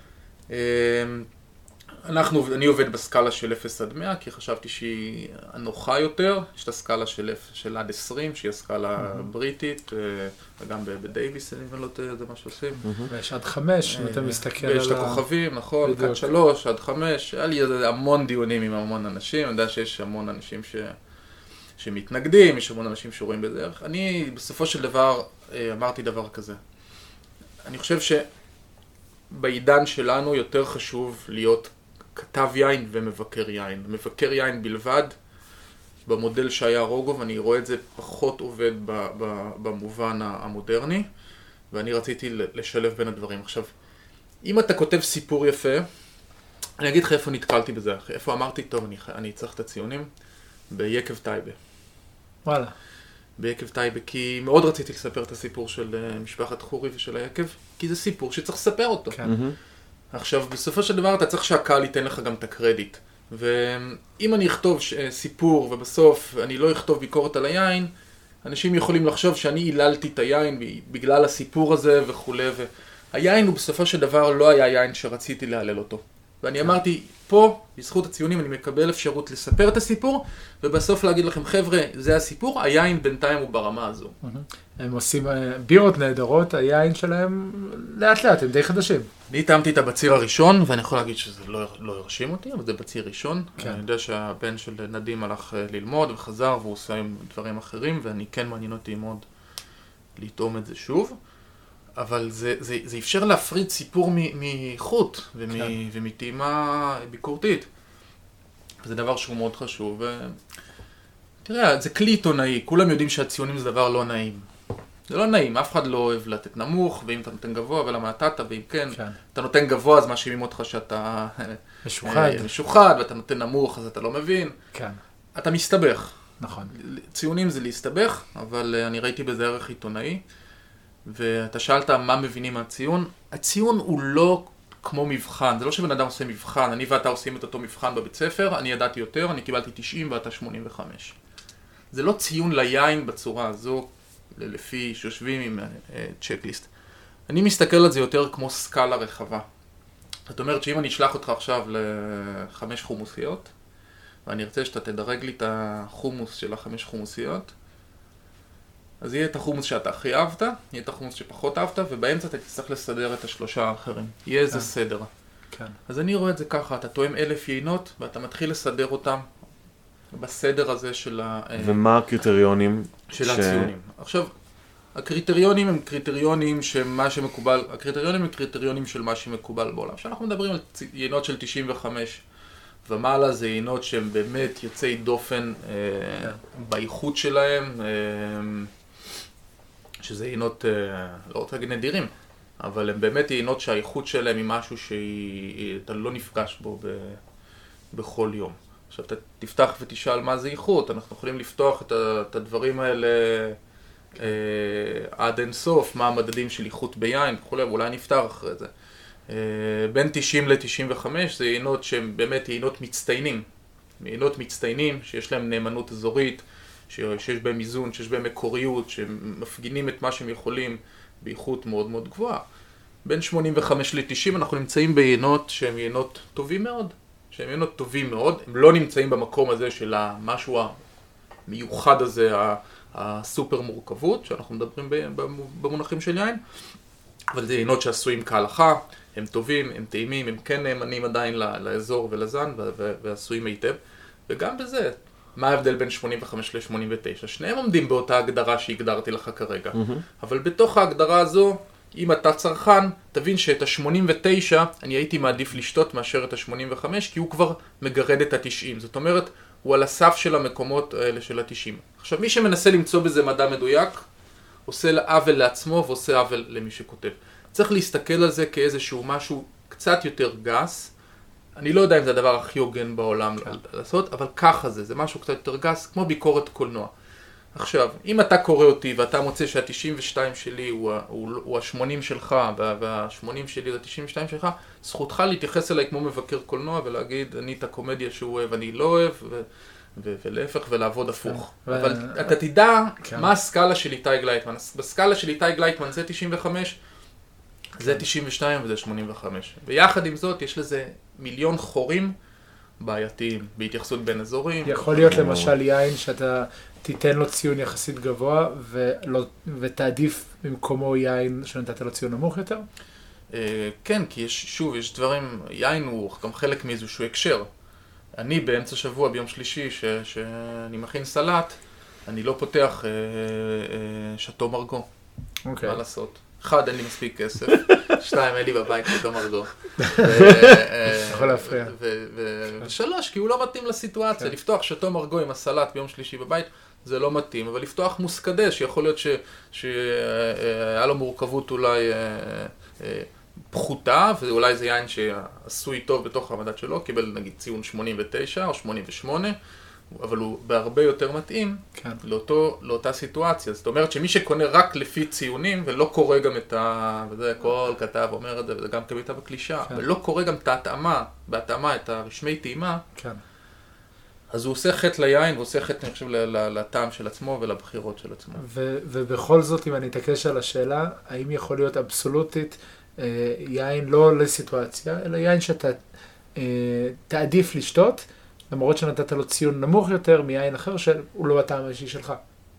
Speaker 3: אנחנו, אני עובד בסקאלה של אפס עד מאה, כי חשבתי שהיא אנוחה יותר. יש את הסקאלה של, של עד עשרים, שהיא הסקאלה בריטית, וגם בדייביס, אני לא יודע, זה מה שעושים.
Speaker 2: ויש עד חמש, אם אתה מסתכל על ה...
Speaker 3: ויש את הכוכבים, נכון, עד שלוש, עד חמש. היה לי המון דיונים עם המון אנשים, אני יודע שיש המון אנשים ש... שמתנגדים, יש המון אנשים שרואים בדרך. אני בסופו של דבר אמרתי דבר כזה. אני חושב שבעידן שלנו יותר חשוב להיות כתב יין ומבקר יין. מבקר יין בלבד, במודל שהיה רוגוב, אני רואה את זה פחות עובד ב- ב- במובן המודרני, ואני רציתי לשלב בין הדברים. עכשיו, אם אתה כותב סיפור יפה, אני אגיד לך איפה נתקלתי בזה, איפה אמרתי, טוב, אני, אני צריך את הציונים, ביקב טייבה.
Speaker 2: וואלה.
Speaker 3: ביקב טייבה, כי מאוד רציתי לספר את הסיפור של משפחת חורי ושל היקב, כי זה סיפור שצריך לספר אותו. כן. עכשיו, בסופו של דבר אתה צריך שהקהל ייתן לך גם את הקרדיט. ואם אני אכתוב סיפור ובסוף אני לא אכתוב ביקורת על היין, אנשים יכולים לחשוב שאני היללתי את היין בגלל הסיפור הזה וכו'. והיין הוא בסופו של דבר לא היה יין שרציתי להלל אותו. ואני אמרתי, פה, בזכות הציונים, אני מקבל אפשרות לספר את הסיפור, ובסוף להגיד לכם, חבר'ה, זה הסיפור, היין בינתיים הוא ברמה הזו.
Speaker 2: הם עושים בירות נהדרות, היין שלהם לאט לאט, הם די חדשים.
Speaker 3: אני טעמתי את הבציר הראשון, ואני יכול להגיד שזה לא, לא הרשים אותי, אבל זה בציר ראשון.
Speaker 2: כן.
Speaker 3: אני יודע שהבן של נדים הלך ללמוד וחזר, והוא עושה עם דברים אחרים, ואני כן מעניין אותי מאוד לטעום את זה שוב. אבל זה, זה, זה אפשר להפריד סיפור מחוט ומ, כן. ומטעימה ביקורתית. זה דבר שהוא מאוד חשוב. ו... תראה, זה כלי עיתונאי, כולם יודעים שהציונים זה דבר לא נעים. זה לא נעים, אף אחד לא אוהב לתת נמוך, ואם אתה נותן גבוה ולמה נתת, ואם כן, כן, אתה נותן גבוה אז מאשימים אותך שאתה
Speaker 2: משוחד.
Speaker 3: משוחד, ואתה נותן נמוך אז אתה לא מבין.
Speaker 2: כן.
Speaker 3: אתה מסתבך.
Speaker 2: נכון.
Speaker 3: ציונים זה להסתבך, אבל אני ראיתי בזה ערך עיתונאי. ואתה שאלת מה מבינים מהציון, הציון הוא לא כמו מבחן, זה לא שבן אדם עושה מבחן, אני ואתה עושים את אותו מבחן בבית ספר, אני ידעתי יותר, אני קיבלתי תשעים ואתה שמונים וחמש. זה לא ציון ליין בצורה הזו, לפי שיושבים עם צ'קליסט. אני מסתכל על זה יותר כמו סקאלה רחבה. זאת אומרת שאם אני אשלח אותך עכשיו לחמש חומוסיות, ואני ארצה שאתה תדרג לי את החומוס של החמש חומוסיות, אז יהיה את החומוס שאתה הכי אהבת, יהיה את החומוס שפחות אהבת, ובאמצע אתה תצטרך לסדר את השלושה האחרים. יהיה איזה סדר.
Speaker 2: כן.
Speaker 3: אז אני רואה את זה ככה, אתה תואם אלף יינות, ואתה מתחיל לסדר אותם בסדר הזה של ה...
Speaker 1: ומה הקריטריונים?
Speaker 3: של הציונים. עכשיו, הקריטריונים הם קריטריונים שמה שמקובל, הקריטריונים הם קריטריונים של מה שמקובל בעולם. כשאנחנו מדברים על יינות של תשעים וחמש ומעלה, זה יינות שהם באמת יוצאי דופן אה, באיכות שלהם, אה, שזה יינות, לא רוצה להגיד נדירים, אבל הם באמת יינות שהאיכות שלהם היא משהו שאתה לא נפגש בו ב, בכל יום. עכשיו, אתה תפתח ותשאל מה זה איכות, אנחנו יכולים לפתוח את, ה, את הדברים האלה אה, עד אין סוף, מה המדדים של איכות ביין וכו', ואולי נפתח אחרי זה. אה, בין תשעים ל-תשעים וחמש זה יינות שהם באמת יינות מצטיינים. יינות מצטיינים שיש להם נאמנות אזורית, שיש בהם איזון, שיש בהם מקוריות, שמפגינים את מה שהם יכולים באיכות מאוד מאוד גבוהה. בין שמונים וחמש ל-תשעים אנחנו נמצאים ביינות שהם יינות טובים מאוד. שהם יינות טובים מאוד, הם לא נמצאים במקום הזה של המשהו המיוחד הזה, הסופר מורכבות, שאנחנו מדברים במונחים של יין, אבל זה יינות שעשויים כהלכה, הם טובים, הם טעימים, הם כן נאמנים עדיין לאזור ולזן, ועשויים היטב, וגם בזה, מה ההבדל בין שמונים וחמש ל-שמונים ותשע? שניהם עומדים באותה הגדרה שהגדרתי לך כרגע. Mm-hmm. אבל בתוך ההגדרה הזו, אם אתה צרכן, תבין שאת ה-שמונים ותשע אני הייתי מעדיף לשתות מאשר את ה-שמונים וחמש, כי הוא כבר מגרד את ה-תשעים. זאת אומרת, הוא על הסף של המקומות האלה של ה-תשעים. עכשיו, מי שמנסה למצוא בזה מדע מדויק, עושה עוול לעצמו ועושה עוול למי שכותב. צריך להסתכל על זה כאיזשהו משהו קצת יותר גס, אני לא יודע אם זה הדבר הכי הוגן בעולם לעשות, אבל ככה זה, זה משהו קצת יותר גס, כמו ביקורת קולנוע. עכשיו, אם אתה קורא אותי ואתה מוצא שה-תשעים ושתיים שלי הוא, הוא, הוא ה-שמונים שלך, וה-שמונים שלי זה ה-תשעים ושתיים שלך, זכותך להתייחס אליי כמו מבקר קולנוע ולהגיד, אני את הקומדיה שהוא אוהב, אני לא אוהב, ו- ו- ולהפך ולעבוד הפוך. ו- אבל ו- אתה תדע כן. מה הסקאלה של איתי גלייטמן. בסקאלה של איתי גלייטמן זה תשעים וחמש, זה תשעים ושתיים וזה שמונים וחמש. ויחד עם זאת יש לזה מיליון חורים בעייתיים בהתייחסות בין אזורים.
Speaker 2: יכול להיות למשל יין שאתה תיתן לו ציון יחסית גבוה ולא, ותעדיף במקומו יין שנתת לו ציון נמוך יותר?
Speaker 3: כן, כי יש, שוב, יש דברים, יין הוא גם חלק מאיזשהו הקשר. אני באמצע שבוע ביום שלישי ש, שאני מכין סלט, אני לא פותח אה, אה, שטו מרגו.
Speaker 2: אוקיי.
Speaker 3: מה לעשות? אחד, אין לי מספיק כסף. שתיים, אין לי בבית שטו מרגו.
Speaker 2: יכול להפריע.
Speaker 3: ושלוש, כי הוא לא מתאים לסיטואציה. לפתוח שטו מרגו עם הסלט ביום שלישי בבית, זה לא מתאים. אבל לפתוח מוסקדה, שיכול להיות שהיה לו מורכבות אולי פחותה, ואולי זה יין שעשוי טוב בתוך המדד שלו, קיבל נגיד ציון שמונים ותשע או שמונים ושמונה, אבל הוא בהרבה יותר מתאים כן. לאותו, לאותה סיטואציה. זאת אומרת שמי שקונה רק לפי ציונים, ולא קורא גם את ה... וזה כל כתב אומר את זה, וזה גם כביתה בקלישה, כן. ולא קורא גם את ההתאמה, בהתאמה את הרשמי טעימה, כן. אז הוא עושה חטא ליין, הוא עושה חטא, אני חושב, לטעם של עצמו ולבחירות של עצמו.
Speaker 2: ו- ובכל זאת, אם אני אתעקש על השאלה, האם יכול להיות אבסולוטית יין לא לסיטואציה, אלא יין שאתה תעדיף לשתות, למרות שנתת לו ציון נמוך יותר מיין אחר שהוא לא הטעם האישי שלך.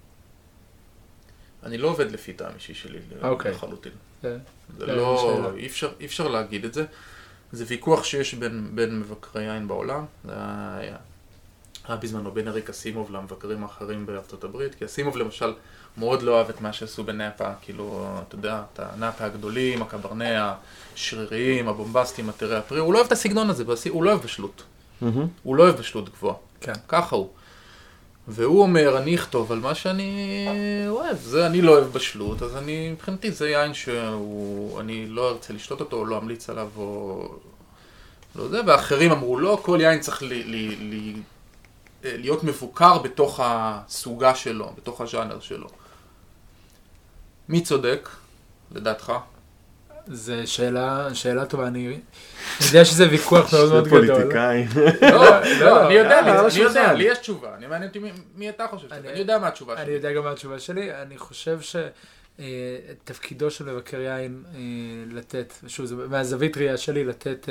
Speaker 3: אני לא עובד לפי טעם אישי שלי לחלוטין.
Speaker 2: זה
Speaker 3: לא, אי אפשר להגיד את זה. זה ויכוח שיש בין מבקרי יין בעולם. זה היה בזמנו בין אריק אסימוב למבקרים האחרים בארצות הברית, כי אסימוב למשל מאוד לא אוהב את מה שעשו בנאפה, כאילו, אתה יודע, את הנאפה הגדולים, הקברנה, השריריים, הבומבסטים, הטרי הפרי, הוא לא אוהב את הסגנון הזה, הוא לא אוהב בשלות. הוא לא אוהב בשלות גבוה.
Speaker 2: כן.
Speaker 3: ככה הוא. והוא אומר, אני אכתוב על מה שאני אוהב, זה אני לא אוהב בשלות, אז אני, מבחינתי זה יין שאני לא ארצה לשתות אותו, או לא אמליץ עליו, או לא זה, ואחרים אמרו, לא, כל יין צריך לי, לי, לי, להיות מבוקר בתוך הסוגה שלו, בתוך הז'אנר שלו. מי צודק, לדעתך?
Speaker 2: זו שאלה, שאלה טובה, אני יודע שזה ויכוח מאוד מאוד גדול.
Speaker 1: זה פוליטיקאי.
Speaker 3: לא, לא, אני יודע, אני יודע, לי יש תשובה, אני מעניין אותי מי אתה חושב, אני יודע מה התשובה שלי.
Speaker 2: אני יודע גם מה התשובה שלי, אני חושב שתפקידו של מבקר יין לתת, שוב, זה מהזווית ראייה שלי, לתת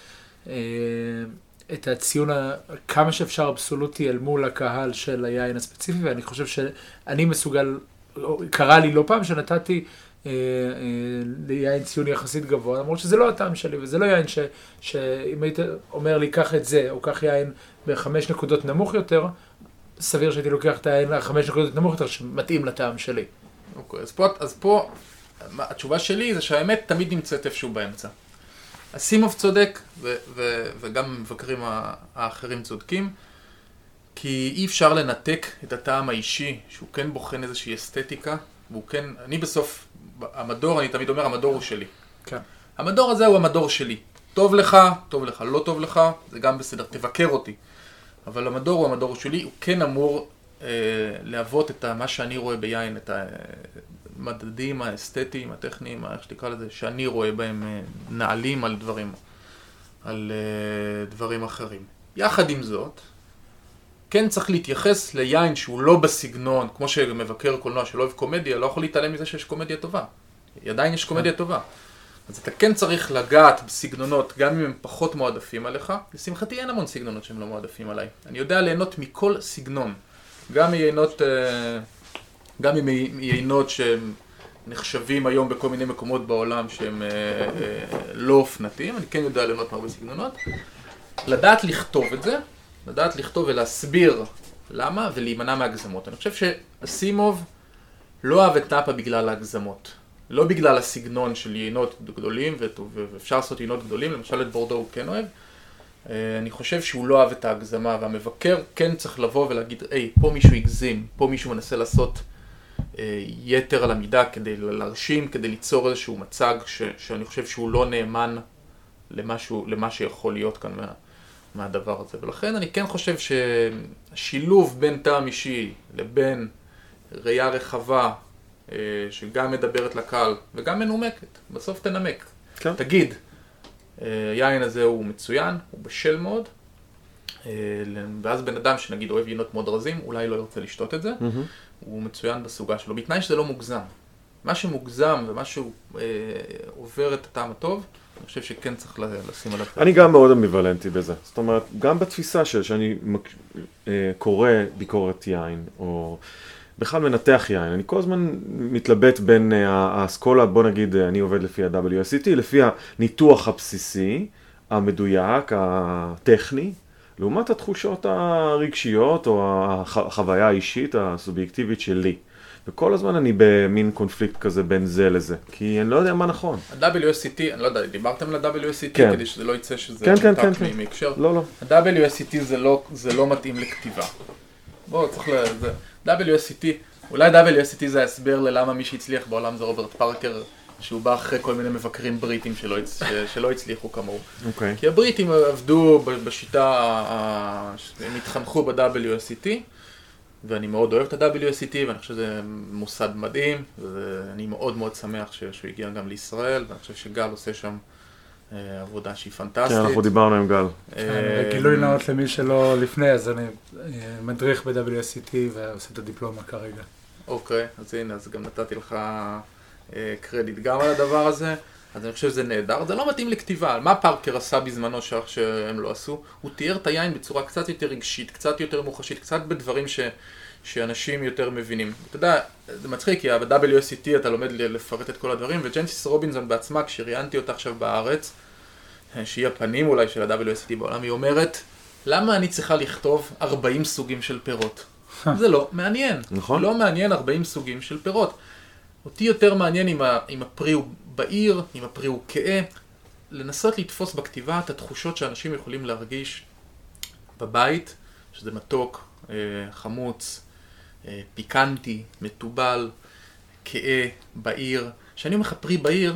Speaker 2: את הציון כמה שאפשר אבסולוטי אל מול הקהל של היין הספציפי, ואני חושב שאני מסוגל, קרה לי לא פעם שנתתי ליין ציון יחסית גבוה, למרות שזה לא הטעם שלי, וזה לא יין שאם היית אומר לי, קח את זה, או קח יין בחמש נקודות נמוך יותר, סביר שהייתי לוקח את היין לחמש נקודות נמוך יותר, שמתאים לטעם שלי.
Speaker 3: אוקיי, אז פה, אז פה, התשובה שלי זה שהאמת תמיד נמצאת איפשהו באמצע. אסימוב צודק, ו- ו- וגם מבקרים האחרים צודקים, כי אי אפשר לנתק את הטעם האישי, שהוא כן בוחן איזושהי אסתטיקה, והוא כן, אני בסוף, המדור, אני תמיד אומר, המדור הוא שלי.
Speaker 2: כן.
Speaker 3: המדור הזה הוא המדור שלי. טוב לך, טוב לך, לא טוב לך, זה גם בסדר, תבקר אותי. אבל המדור הוא המדור שלי, הוא כן אמור אה, להוות את מה שאני רואה ביין, את המדדים האסתטיים, הטכניים, איך שתקרא לזה, שאני רואה בהם אה, נעלים על דברים, על אה, דברים אחרים. יחד עם זאת, כן צריך להתייחס ליין שהוא לא בסגנון, כמו שמבקר קולנוע שלא אוהב קומדיה, לא יכול להתעלם מזה שיש קומדיה טובה. עדיין יש קומדיה טובה. אז אתה כן צריך לגעת בסגנונות, גם אם הם פחות מועדפים עליך. לשמחתי אין המון סגנונות שהם לא מועדפים עליי. אני יודע ליהנות מכל סגנון. גם מיינות, גם מיינות שהם נחשבים היום בכל מיני מקומות בעולם שהם לא אופנתיים. אני כן יודע ליהנות מהרבה סגנונות. לדעת לכתוב את זה, לדעת לכתוב ולהסביר למה ולהימנע מהגזמות. אני חושב שאסימוב לא אוהב את נאפה בגלל ההגזמות. לא בגלל הסגנון של יינות גדולים, ואפשר לעשות יינות גדולים, למשל את בורדו הוא כן אוהב. אני חושב שהוא לא אוהב את ההגזמה, והמבקר כן צריך לבוא ולהגיד, היי, פה מישהו יגזים, פה מישהו מנסה לעשות יתר על המידה כדי להרשים, כדי ליצור איזשהו מצג ש, שאני חושב שהוא לא נאמן למשהו, למה שיכול להיות כאן מה, מהדבר הזה. ולכן אני כן חושב שהשילוב בין טעם אישי לבין ראייה רחבה, שגם מדברת לקהל וגם מנומקת, בסוף תנמק. כן. תגיד, יין הזה הוא מצוין, הוא בשל מאוד, ואז בן אדם שנגיד אוהב יינות מאוד רזים, אולי לא ירצה לשתות את זה, mm-hmm. הוא מצוין בסוגה שלו, בתנאי שזה לא מוגזם. מה שמוגזם ומה שהוא אה, עובר את הטעם הטוב, אני חושב שכן צריך לשים עליו.
Speaker 1: אני גם מאוד אמביוולנטי בזה. זאת אומרת, גם בתפיסה של שאני אה, קורא ביקורת יין, או בכלל מנתח יין, אני כל הזמן מתלבט בין האסכולה, בוא נגיד, אני עובד לפי ה-דאבליו אס אי טי, לפי הניתוח הבסיסי, המדויק, הטכני, לעומת התחושות הרגשיות או החוויה האישית, הסובייקטיבית שלי. וכל הזמן אני במין קונפליקט כזה בין זה לזה, כי אני לא יודע מה נכון.
Speaker 3: ה-דאבליו אס אי טי, אני לא יודע, דיברתם ל-דאבליו אס אי טי
Speaker 1: כן.
Speaker 3: כדי שזה לא יצא שזה
Speaker 1: כן, כן, כן,
Speaker 3: כן. מהקשר?
Speaker 1: לא, לא.
Speaker 3: ה-דאבליו אס אי טי זה לא, זה לא מתאים לכתיבה. בואו, צריך ל... זה... דאבליו אס אי טי, אולי דאבליו אס אי טי זה ההסבר ללמה מי שהצליח בעולם זה רוברט פארקר, שהוא בא אחרי כל מיני מבקרים בריטים שלא, הצ... שלא הצליחו כמוהו.
Speaker 1: Okay.
Speaker 3: כי הבריטים עבדו בשיטה, הם התחנכו ב-דאבליו אס אי טי, ואני מאוד אוהב את ה-דאבליו אס אי טי, ואני חושב שזה מוסד מדהים, ואני מאוד מאוד שמח שהוא הגיע גם לישראל, ואני חושב שגל עושה שם עבודה שהיא פנטסטית.
Speaker 1: כן, אנחנו דיברנו עם גל.
Speaker 2: גילוי נאות למי שלא לפני, אז אני מדריך ב-דאבליו אס אי טי ועושה את הדיפלומה כרגע.
Speaker 3: אוקיי, אז הנה, אז גם נתתי לך קרדיט גם על הדבר הזה. אז אני חושב שזה נהדר, זה לא מתאים לכתיבה. מה פארקר עשה בזמנו שהם לא עשו? הוא תיאר את היין בצורה קצת יותר רגשית, קצת יותר מוחשית, קצת בדברים ש... שאנשים יותר מבינים. אתה יודע, זה מצחיק, כי ב-דאבליו אס סי טי אתה לומד לפרט את כל הדברים, וג'נסיס רובינזון בעצמה, כשראיינתי אותה עכשיו בארץ, שהיא הפנים אולי של ה-דאבליו אס סי טי בעולם, היא אומרת, למה אני צריכה לכתוב ארבעים סוגים של פירות? זה לא מעניין.
Speaker 1: נכון.
Speaker 3: לא מעניין ארבעים סוגים של פירות. אותי יותר מעניין אם, ה, אם הפרי הוא בעיר, אם הפרי הוא כאה, לנסות לתפוס בכתיבה את התחושות שאנשים יכולים להרגיש בבית, שזה מתוק, חמוץ, פיקנטי, מטובל, כאה, בעיר. כשאני אומר לך פרי בעיר,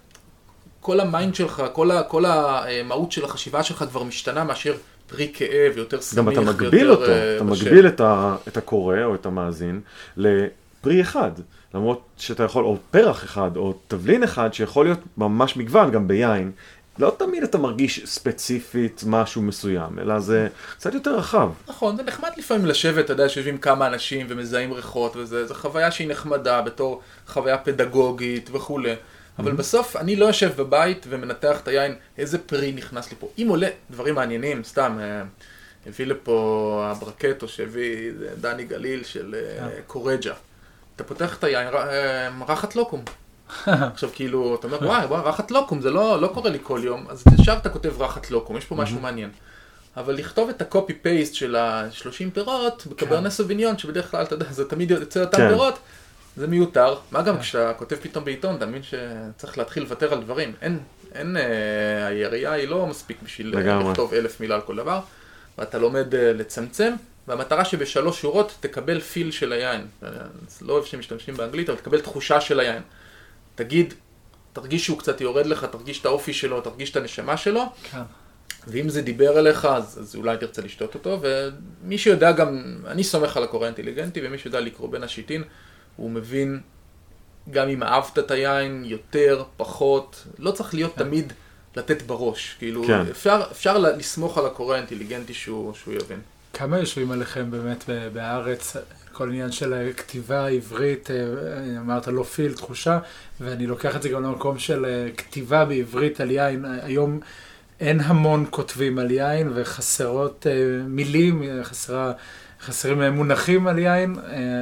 Speaker 3: כל המיינד שלך, כל, ה, כל המהות של החשיבה שלך כבר משתנה מאשר פרי כאה ויותר סמיך.
Speaker 1: גם אתה מגביל אותו, אתה מגביל את, ה, את הקורא או את המאזין לפרי אחד. למרות שאתה יכול, או פרח אחד, או תבלין אחד, שיכול להיות ממש מגוון, גם ביין. לא תמיד אתה מרגיש ספציפית משהו מסוים, אלא זה קצת יותר רחב.
Speaker 3: נכון, זה נחמד לפעמים לשבת, אתה יודע, שיושבים כמה אנשים ומזהים ריחות וזה, זו חוויה שהיא נחמדה בתור חוויה פדגוגית וכו'. אבל בסוף אני לא יושב בבית ומנתח את היין, איזה פרי נכנס לי פה. אם עולה דברים מעניינים, סתם, הביא לפה הברקטו שהביא דני גליל של קורג'ה. אתה פותח את היין, רחת לוקום. עכשיו כאילו, אתה אומר, וואי, וואי, רחת לוקום, זה לא, לא קורה לי כל יום, אז ישר אתה כותב רחת לוקום, יש פה משהו מעניין. אבל לכתוב את הקופי פייסט של ה-שלושים פירות, בקברנה סוביניון, שבדרך כלל, אתה יודע, זה תמיד יוצא אותם פירות, זה מיותר. מה גם כשאתה כותב פתאום בעיתון, אתה מבין שצריך להתחיל לוותר על דברים. אין, אין, היריעה היא לא מספיק בשביל לכתוב אלף מילה על כל דבר, ואתה לומד לצמצם, והמטרה שבשלוש שורות תקבל פיל של היין. לא אוהב שמשתמשים באנגלית, אבל תקבל תחושה של היין. תגיד, תרגיש שהוא קצת יורד לך, תרגיש את האופי שלו, תרגיש את הנשמה שלו. כן. ואם זה דיבר אליך, אז, אז אולי תרצה לשתות אותו. ומי שיודע גם, אני סומך על הקורא האינטליגנטי, ומי שיודע לקרוא בין השיטין, הוא מבין גם אם אהבת את היין, יותר, פחות. לא צריך להיות כן. תמיד לתת בראש. כאילו, כן. אפשר, אפשר לסמוך על הקורא האינטליגנטי שהוא, שהוא יבין.
Speaker 2: כמה יושבים עליכם באמת בארץ, כל עניין של כתיבה עברית, אמרת לא פיל, תחושה, ואני לוקח את זה גם למקום של כתיבה בעברית על יין. היום אין המון כותבים על יין וחסרות מילים, חסרה, חסרים מונחים על יין.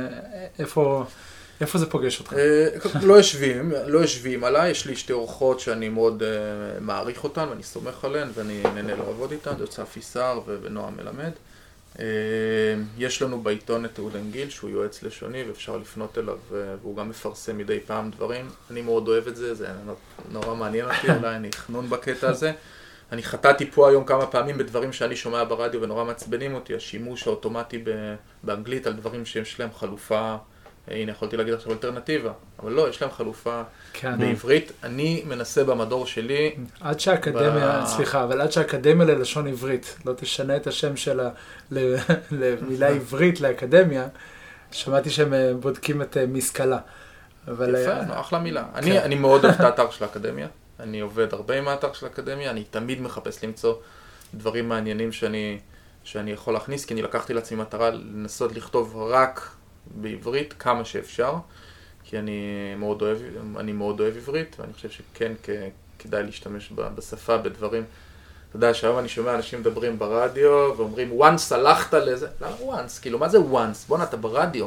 Speaker 2: איפה, איפה זה פוגש אותך?
Speaker 3: לא יושבים, לא יושבים עליי. יש לי שתי אורחות שאני מאוד מעריך אותן ואני סומך עליהן ואני נהנה לעבוד איתן, זה צפי שר ונועם מלמד. יש לנו בעיתון את אהודן גיל שהוא יועץ לשוני ואפשר לפנות אליו והוא גם מפרסם מדי פעם דברים. אני מאוד אוהב את זה, זה נורא מעניין אותי, אולי אני חנון בקטע הזה. אני חטאתי פה היום כמה פעמים בדברים שאני שומע ברדיו ונורא מעצבנים אותי, השימוש האוטומטי באנגלית על דברים שיש להם חלופה, הנה יכולתי להגיד עכשיו אלטרנטיבה, אבל לא, יש להם חלופה כן. בעברית. אני מנסה במדור שלי...
Speaker 2: עד שהאקדמיה, ב... סליחה, אבל עד שהאקדמיה ללשון עברית, לא תשנה את השם שלה למילה עברית לאקדמיה, שמעתי שהם בודקים את משכלה. אבל...
Speaker 3: יפה, נו, אחלה מילה. כן. אני, אני מאוד אוהב את האתר של האקדמיה, אני עובד הרבה עם האתר של האקדמיה, אני תמיד מחפש למצוא דברים מעניינים שאני, שאני יכול להכניס, כי אני לקחתי לעצמי מטרה לנסות לכתוב רק בעברית כמה שאפשר, כי אני מאוד אוהב, אני מאוד אוהב עברית, ואני חושב שכן כדאי להשתמש בשפה בדברים. אתה יודע שהיום אני שומע אנשים מדברים ברדיו ואומרים, once הלכת לזה, למה once? כאילו, מה זה once? בוא נתה ברדיו.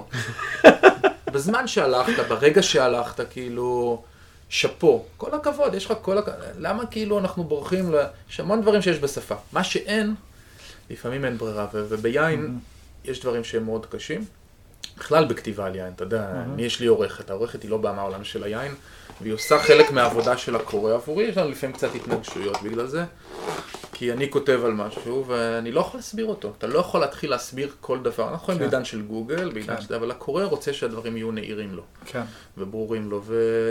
Speaker 3: בזמן שהלכת, ברגע שהלכת, כאילו, שפו, כל הכבוד, יש לך כל הכבוד. למה כאילו אנחנו בורחים ל... יש המון דברים שיש בשפה. מה שאין, לפעמים אין ברירה, וביין יש דברים שהם מאוד קשים. בכלל בכתיבה על יין, אתה יודע, mm-hmm. יש לי עורכת, העורכת היא לא באה מהעולם של היין, והיא עושה חלק מהעבודה של הקורא עבורי, יש לנו לפעמים קצת התנגשויות בגלל זה, כי אני כותב על משהו ואני לא יכול להסביר אותו, אתה לא יכול להתחיל להסביר כל דבר, אנחנו יכולים בעידן של גוגל, בעידן של... אבל הקורא רוצה שהדברים יהיו נעירים לו, וברורים לו,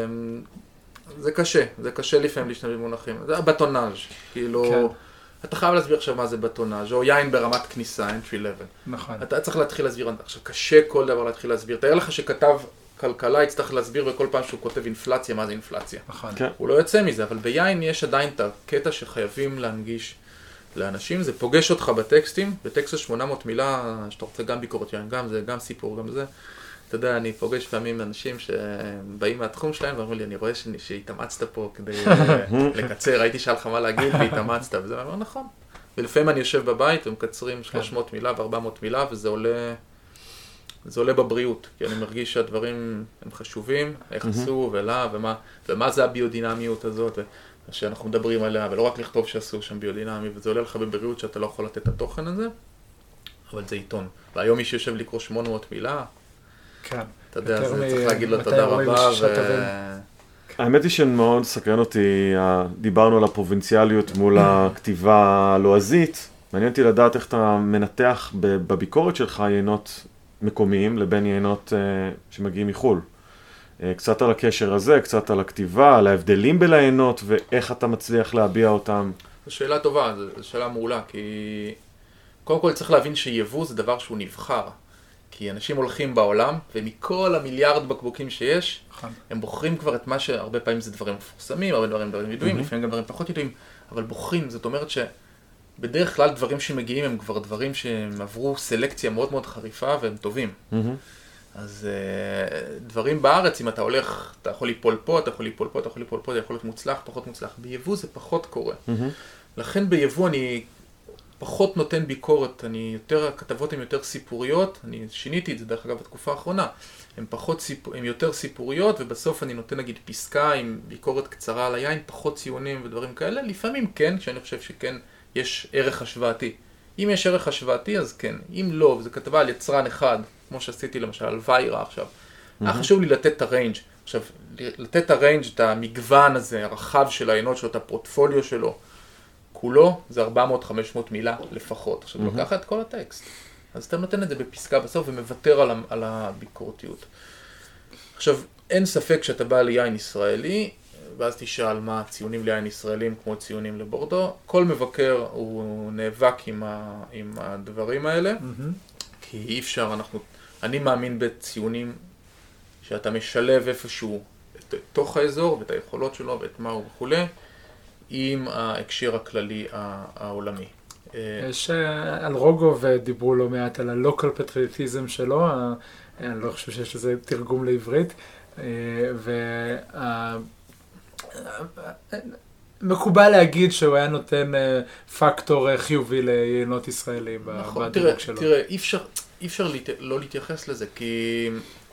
Speaker 3: וזה קשה, זה קשה לפעמים להשתמש במונחים, זה הבטונאז', כאילו... אתה חייב להסביר עכשיו מה זה בטונאז' או יין ברמת כניסה, entry level.
Speaker 2: נכון.
Speaker 3: אתה צריך להתחיל להסביר, עכשיו קשה כל דבר להתחיל להסביר. תאר לך שכתב כלכלה, יצטרך להסביר בכל פעם שהוא כותב אינפלציה, מה זה אינפלציה.
Speaker 2: נכון.
Speaker 3: הוא לא יוצא מזה, אבל ביין יש עדיין את הקטע שחייבים להנגיש לאנשים. זה פוגש אותך בטקסטים, בטקסט שמונה מאות מילה, שאתה רוצה גם ביקורת יין, גם זה, גם סיפור, גם זה. אתה יודע, אני פוגש פעמים אנשים שבאים מהתחום שלהם ואומרים לי, אני רואה שהתאמצת פה כדי לקצר, הייתי שאל לך מה להגיד והתאמצת, וזה אומר, נכון. ולפעמים אני יושב בבית ומקצרים שלוש מאות מילה ו-ארבע מאות מילה, וזה עולה, זה עולה בבריאות, כי אני מרגיש שהדברים הם חשובים, איך עשו ולה, ומה, ומה זה הביודינמיות הזאת, שאנחנו מדברים עליה, ולא רק לכתוב שעשו שם ביודינמי, וזה עולה לך בבריאות שאתה לא יכול לתת את התוכן הזה, אבל זה עיתון. והיום מי שיושב לקרוא שמונה מאות מילה,
Speaker 2: כן.
Speaker 3: אתה יודע, זה צריך להגיד לו תודה רבה.
Speaker 1: האמת היא שמאוד סקרן אותי, דיברנו על הפרובינציאליות מול הכתיבה הלועזית, מעניין אותי לדעת איך אתה מנתח בביקורת שלך יינות מקומיים לבין יינות שמגיעים מחול. קצת על הקשר הזה, קצת על הכתיבה, על ההבדלים בין היינות ואיך אתה מצליח להביע אותם.
Speaker 3: זו שאלה טובה, זו שאלה מעולה, כי קודם כל צריך להבין שיבוא זה דבר שהוא נבחר. כי אנשים הולכים בעולם, ומכל המיליארד בקבוקים שיש, הם בוחרים כבר את מה שהרבה פעמים זה דברים מפורסמים, הרבה דברים דברים ידועים, לפעמים גם דברים פחות ידועים, אבל בוחרים, זאת אומרת שבדרך כלל דברים שמגיעים הם כבר דברים שהם עברו סלקציה מאוד מאוד חריפה והם טובים. אז דברים בארץ, אם אתה הולך, אתה יכול ליפול פה, אתה יכול ליפול פה, אתה יכול ליפול פה, זה יכול להיות מוצלח, פחות מוצלח. ביבוא זה פחות קורה. לכן ביבוא אני פחות נותן ביקורת, אני יותר, הכתבות הן יותר סיפוריות, אני שיניתי את זה דרך אגב בתקופה האחרונה, הן פחות סיפור, הן יותר סיפוריות, ובסוף אני נותן נגיד פסקה עם ביקורת קצרה על היין, פחות ציונים ודברים כאלה, לפעמים כן, שאני חושב שכן יש ערך השוואתי. אם יש ערך השוואתי אז כן, אם לא, וזו כתבה על יצרן אחד, כמו שעשיתי למשל על ויירה עכשיו, היה חשוב לי לתת את הריינג'. עכשיו, לתת את הריינג', את המגוון הזה, הרחב של העיינות שלו, את הפורטפוליו שלו, כולו זה ארבע מאות חמש מאות מילה לפחות. עכשיו, לוקח את כל הטקסט. אז אתה נותן את זה בפסקה בסוף ומוותר על, על הביקורתיות. עכשיו, אין ספק שאתה בא ליין ישראלי, ואז תשאל מה הציונים ליין ישראלים כמו ציונים לבורדו. כל מבקר הוא נאבק עם, ה, עם הדברים האלה, כי אי אפשר, אנחנו, אני מאמין בציונים שאתה משלב איפשהו את תוך האזור ואת היכולות שלו ואת מה הוא וכו'. עם ההקשר הכללי העולמי.
Speaker 2: יש על רוגוב דיברו לא מעט על הלוקל פטריוטיזם שלו, אני לא חושב שיש לזה תרגום לעברית, ומקובל להגיד שהוא היה נותן פקטור חיובי ליינות ישראלים בדירוג שלו.
Speaker 3: תראה, אי אפשר לא להתייחס לזה, כי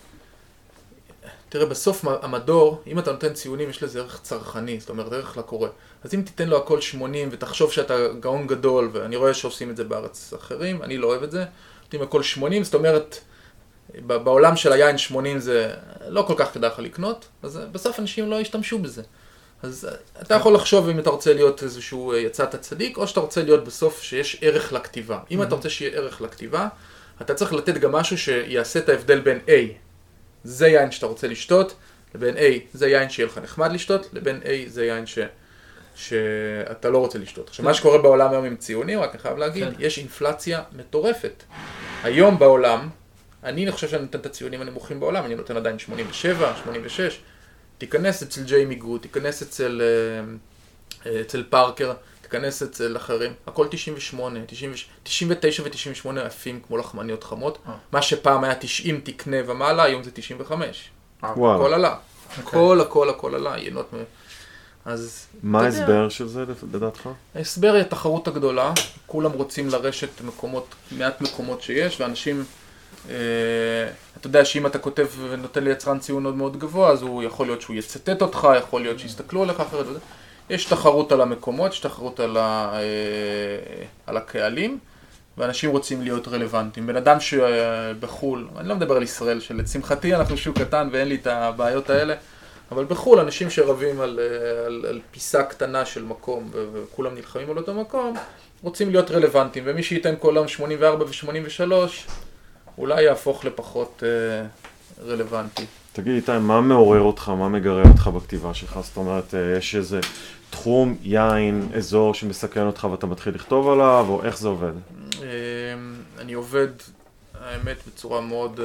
Speaker 3: תראה, בסוף המדור, אם אתה נותן ציונים, יש לזה ערך צרכני, זאת אומרת, ערך לקורא. אז אם תיתן לו הכל שמונים ותחשוב שאתה גאון גדול, ואני רואה שעושים את זה בארץ אחרים, אני לא אוהב את זה, נותנים הכל שמונים, זאת אומרת, בעולם של היין שמונים זה לא כל כך כדאי לך לקנות, אז בסוף אנשים לא ישתמשו בזה. אז אתה יכול לחשוב אם אתה רוצה להיות איזשהו יצאת צדיק, או שאתה רוצה להיות בסוף שיש ערך לכתיבה. אם אתה רוצה שיהיה ערך לכתיבה, אתה צריך לתת גם משהו שיעשה את ההבדל בין A, זה יין שאתה רוצה לשתות, לבין A, זה יין שיהיה לך נחמד לשתות, לבין A, זה יין ש... שאתה לא רוצה לשתות. עכשיו, מה שקורה בעולם היום עם ציונים, רק אני חייב להגיד, יש אינפלציה מטורפת. היום בעולם, אני חושב שאני נותן את הציונים הנמוכים בעולם, אני נותן עדיין שמונים ושבע, שמונים ושש, תיכנס אצל ג'יימי גוד, תיכנס אצל, אצל פארקר, תיכנס אצל אחרים, הכל תשעים ושמונה, תשעים ותשע ו-תשעים ושמונה עפים כמו לחמניות חמות, מה שפעם היה תשעים תקנה ומעלה, היום זה תשעים וחמש. הכל עלה. הכל, הכל, הכל עלה, יינות... אז...
Speaker 1: מה ההסבר של זה, לדעתך?
Speaker 3: ההסבר היא התחרות הגדולה, כולם רוצים לרשת מקומות, מעט מקומות שיש, ואנשים, אה, אתה יודע שאם אתה כותב ונותן ליצרן ציון מאוד מאוד גבוה, אז הוא יכול להיות שהוא יצטט אותך, יכול להיות שיסתכלו עליך אחרת וזה. יש תחרות על המקומות, יש תחרות על, ה, אה, על הקהלים, ואנשים רוצים להיות רלוונטיים. בן אדם שבחול, אני לא מדבר על ישראל, שלשמחתי אנחנו שוק קטן ואין לי את הבעיות האלה, אבל בחול, אנשים שרבים על, על, על פיסה קטנה של מקום, וכולם נלחמים על אותו מקום, רוצים להיות רלוונטיים, ומי שייתן כל יום שמונים וארבע ו-שמונים ושלוש, אולי יהפוך לפחות אה, רלוונטי.
Speaker 1: תגיד איתי, מה מעורר אותך, מה מגרה אותך בכתיבה שלך? זאת אומרת, יש איזה תחום, יין, אזור שמסכן אותך ואתה מתחיל לכתוב עליו, או איך זה עובד?
Speaker 3: אני עובד, האמת, בצורה מאוד...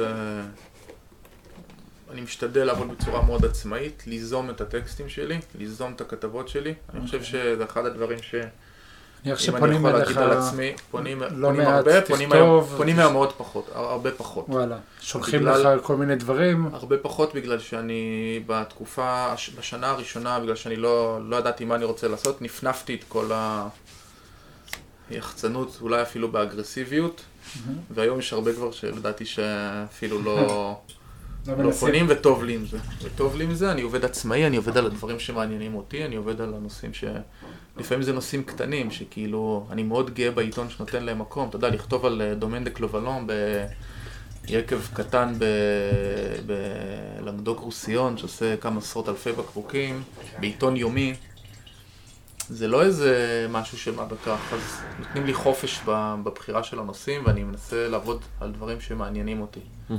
Speaker 3: אני משתדל לעבוד בצורה מאוד עצמאית, ליזום את הטקסטים שלי, ליזום את הכתבות שלי. אני חושב שזה אחד הדברים
Speaker 2: איך שפונים אליך
Speaker 3: פונים
Speaker 2: לא מעט, תכתוב.
Speaker 3: פונים מהר מאוד פחות, הרבה פחות.
Speaker 2: וואלה, שולחים לך כל מיני דברים.
Speaker 3: הרבה פחות בגלל שאני בתקופה, בשנה הראשונה, בגלל שאני לא ידעתי מה אני רוצה לעשות, נפנפתי את כל היחצנות, אולי אפילו באגרסיביות, והיום יש הרבה כבר שלדעתי שאפילו לא... לא פונים וטוב לי עם זה. וטוב לי עם זה, אני עובד עצמאי, אני עובד על הדברים שמעניינים אותי, אני עובד על הנושאים ש... לפעמים זה נושאים קטנים, שכאילו, אני מאוד גאה בעיתון שנותן להם מקום, אתה יודע, לכתוב על דומיין דה קלובלון ביקב קטן בלנגדוק רוסיון, שעושה כמה עשרות אלפי בקבוקים, בעיתון יומי. זה לא איזה משהו שמה בכך, אז נותנים לי חופש בבחירה של הנושאים, ואני מנסה לעבוד על דברים שמעניינים אותי.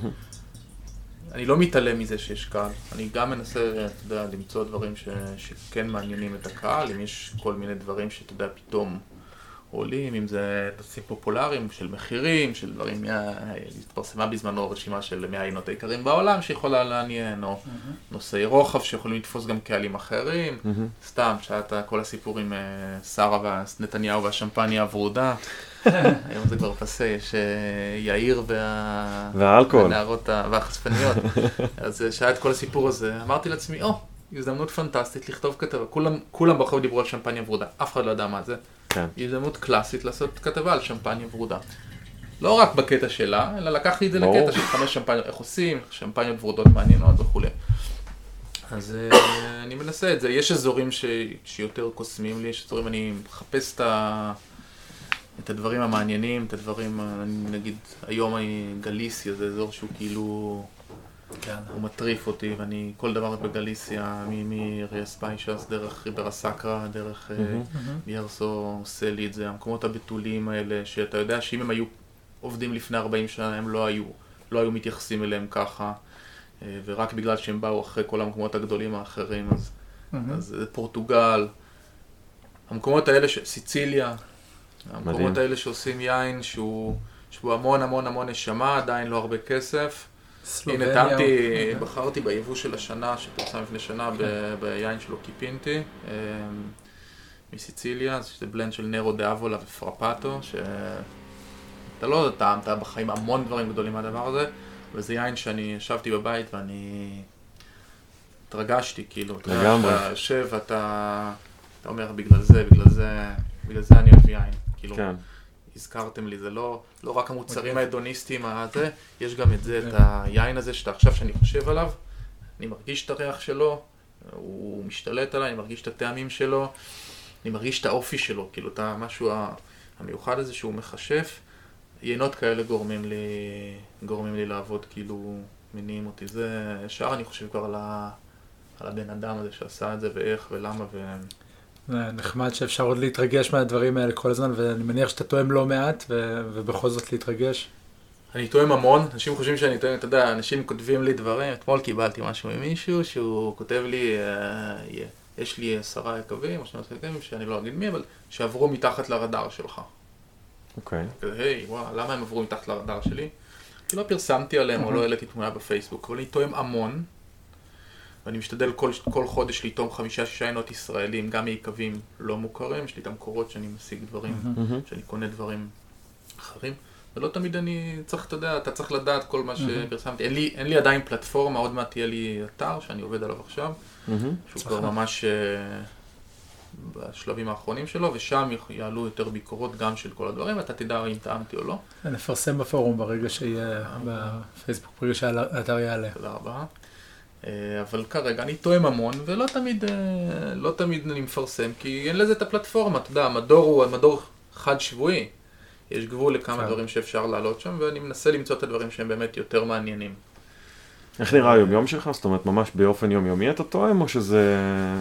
Speaker 3: אני לא מתעלם מזה שיש קהל, אני גם מנסה, אתה יודע, למצוא דברים ש... שכן מעניינים את הקהל, אם יש כל מיני דברים שאתה יודע, פתאום עולים, אם זה נושאים פופולריים של מחירים, של דברים, התפרסמה בזמנו רשימה של מאה העיינות העיקריים בעולם שיכולה לעניין, או mm-hmm. נושאי רוחב שיכולים לתפוס גם קהלים אחרים, mm-hmm. סתם, שאתה כל הסיפור עם שרה ונתניהו והשמפניה הוורודה, היום זה כבר פסה, יש יאיר וה...
Speaker 1: והאלכוהול.
Speaker 3: והנערות והחשפניות. אז שהיה את כל הסיפור הזה, אמרתי לעצמי, או, הזדמנות פנטסטית לכתוב כתבה. כולם, כולם ברחוב דיברו על שמפניה ורודה, אף אחד לא ידע מה זה.
Speaker 1: כן.
Speaker 3: הזדמנות קלאסית לעשות כתבה על שמפניה ורודה. לא רק בקטע שלה, אלא לקחתי את זה לקטע של חמש שמפניות, איך עושים, שמפניות ורודות מעניינות וכו'. אז אני מנסה את זה. יש אזורים ש... שיותר קוסמים לי, יש אזורים, אני מחפש את ה... את הדברים המעניינים, את הדברים, נגיד, היום גליסיה זה אזור שהוא כאילו, כן. הוא מטריף אותי, ואני כל דבר בגליסיה, מריאס פיישס, דרך ריברה סקרה, דרך ביארסו עושה לי את זה, המקומות הבתולים האלה, שאתה יודע שאם הם היו עובדים לפני ארבעים שנה, הם לא היו, לא היו מתייחסים אליהם ככה, ורק בגלל שהם באו אחרי כל המקומות הגדולים האחרים, אז, אז פורטוגל, המקומות האלה, סיציליה, המקומות מדהים. האלה שעושים יין שהוא, שהוא המון המון המון נשמה, עדיין לא הרבה כסף. הנה, טעמתי, בחרתי ביבוא של השנה, שפורסם לפני שנה, ב- ביין שלו קיפינטי, מסיציליה, זה בלנד של נרו דה אבולה ופרפטו, שאתה לא טעמת בחיים המון דברים גדולים מהדבר הזה, וזה יין שאני ישבתי בבית ואני התרגשתי, כאילו, אתה יושב ואתה אתה אומר, בגלל זה, בגלל זה, בגלל זה אני אוהב יין. כאילו, כן. הזכרתם לי, זה לא, לא רק המוצרים ההדוניסטיים, הזה, יש גם את זה, את היין הזה, שאתה עכשיו שאני חושב עליו, אני מרגיש את הריח שלו, הוא משתלט עליי, אני מרגיש את הטעמים שלו, אני מרגיש את האופי שלו, כאילו, את המשהו המיוחד הזה שהוא מחשף, יינות כאלה גורמים לי, גורמים לי לעבוד, כאילו, מניעים אותי. זה, ישר אני חושב כבר על, ה, על הבן אדם הזה שעשה את זה, ואיך ולמה, ו...
Speaker 2: נחמד שאפשר עוד להתרגש מהדברים האלה כל הזמן, ואני מניח שאתה תואם לא מעט, ו- ובכל זאת להתרגש.
Speaker 3: אני תואם המון, אנשים חושבים שאני תואם, אתה יודע, אנשים כותבים לי דברים, אתמול קיבלתי משהו ממישהו, שהוא כותב לי, יש לי עשרה יקבים, או שני יקבים, שאני לא אגיד מי, אבל שעברו מתחת לרדאר שלך.
Speaker 1: אוקיי.
Speaker 3: היי, וואו, למה הם עברו מתחת לרדאר שלי? כי לא פרסמתי עליהם, או לא העליתי תמונה בפייסבוק, אבל אני תואם המון, ואני משתדל כל, כל חודש ליטום חמישה שישה עינות ישראלים, גם מיקבים לא מוכרים, יש לי את המקורות שאני משיג דברים, mm-hmm. שאני קונה דברים אחרים, ולא תמיד אני צריך, אתה יודע, אתה צריך לדעת כל מה שפרסמתי. אין לי, אין לי עדיין פלטפורמה, עוד מעט תהיה לי אתר שאני עובד עליו עכשיו, mm-hmm. שהוא כבר ממש uh, בשלבים האחרונים שלו, ושם יעלו יותר ביקורות גם של כל הדברים, ואתה תדע אם טעמתי או לא.
Speaker 2: נפרסם בפורום ברגע שיהיה בפייסבוק, ברגע שהאתר יעלה.
Speaker 3: תודה רבה. אבל כרגע אני תואם המון, ולא תמיד, לא תמיד אני מפרסם, כי אין לזה את הפלטפורמה, אתה יודע, המדור הוא המדור חד שבועי, יש גבול לכמה דברים שאפשר לעלות שם, ואני מנסה למצוא את הדברים שהם באמת יותר מעניינים.
Speaker 1: איך נראה היום יום שלך? זאת אומרת, ממש באופן יומיומי אתה תואם, או שזה...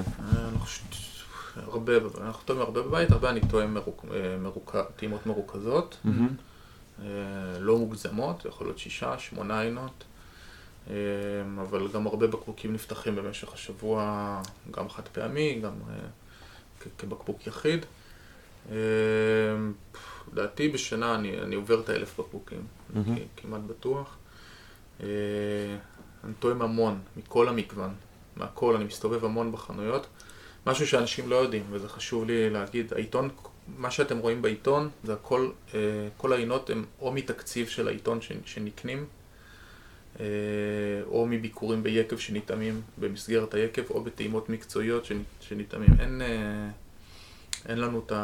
Speaker 3: הרבה, אנחנו תואמים הרבה בבית, הרבה אני תואם טעימות מרוכזות, לא מוגזמות, יכול להיות שישה, שמונה עינות. אבל גם הרבה בקבוקים נפתחים במשך השבוע, גם חד פעמי, גם כבקבוק יחיד. לדעתי בשנה אני, אני עובר את האלף בקבוקים, mm-hmm. כמעט בטוח. אני תואם המון, מכל המגוון, מהכל, אני מסתובב המון בחנויות. משהו שאנשים לא יודעים, וזה חשוב לי להגיד, העיתון מה שאתם רואים בעיתון, זה הכל, כל העינות הם או מתקציב של העיתון שנקנים, או מביקורים ביקב שנטעמים במסגרת היקב, או בטעימות מקצועיות שנטעמים. אין, אין לנו את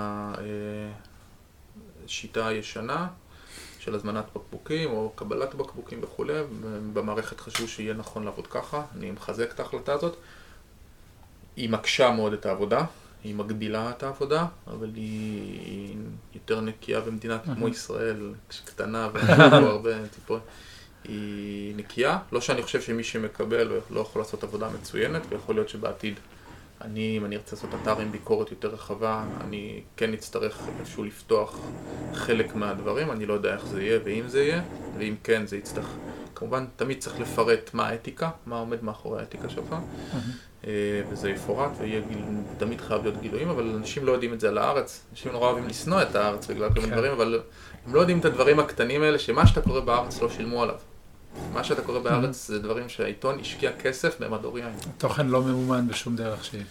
Speaker 3: השיטה הישנה של הזמנת בקבוקים או קבלת בקבוקים וכו'. במערכת חשוב שיהיה נכון לעבוד ככה, אני מחזק את ההחלטה הזאת. היא מקשה מאוד את העבודה, היא מגדילה את העבודה, אבל היא יותר נקייה במדינה כמו ישראל, קטנה והרבה הרבה טיפול. היא נקייה, לא שאני חושב שמי שמקבל לא יכול לעשות עבודה מצוינת, ויכול להיות שבעתיד אני, אם אני ארצה לעשות אתר עם ביקורת יותר רחבה, אני כן אצטרך איפשהו לפתוח חלק מהדברים, אני לא יודע איך זה יהיה ואם זה יהיה, ואם כן זה יצטרך. כמובן, תמיד צריך לפרט מה האתיקה, מה עומד מאחורי האתיקה שלך, וזה יפורט, ותמיד חייב להיות גילויים, אבל אנשים לא יודעים את זה על הארץ. אנשים נורא אוהבים לשנוא את הארץ בגלל כל מיני דברים, אבל הם לא יודעים את הדברים הקטנים האלה, שמה שאתה קורא בארץ לא שילמו עליו. מה שאתה קורא בארץ זה דברים שהעיתון השקיע כסף במדור יין.
Speaker 2: תוכן לא ממומן בשום דרך שהיא.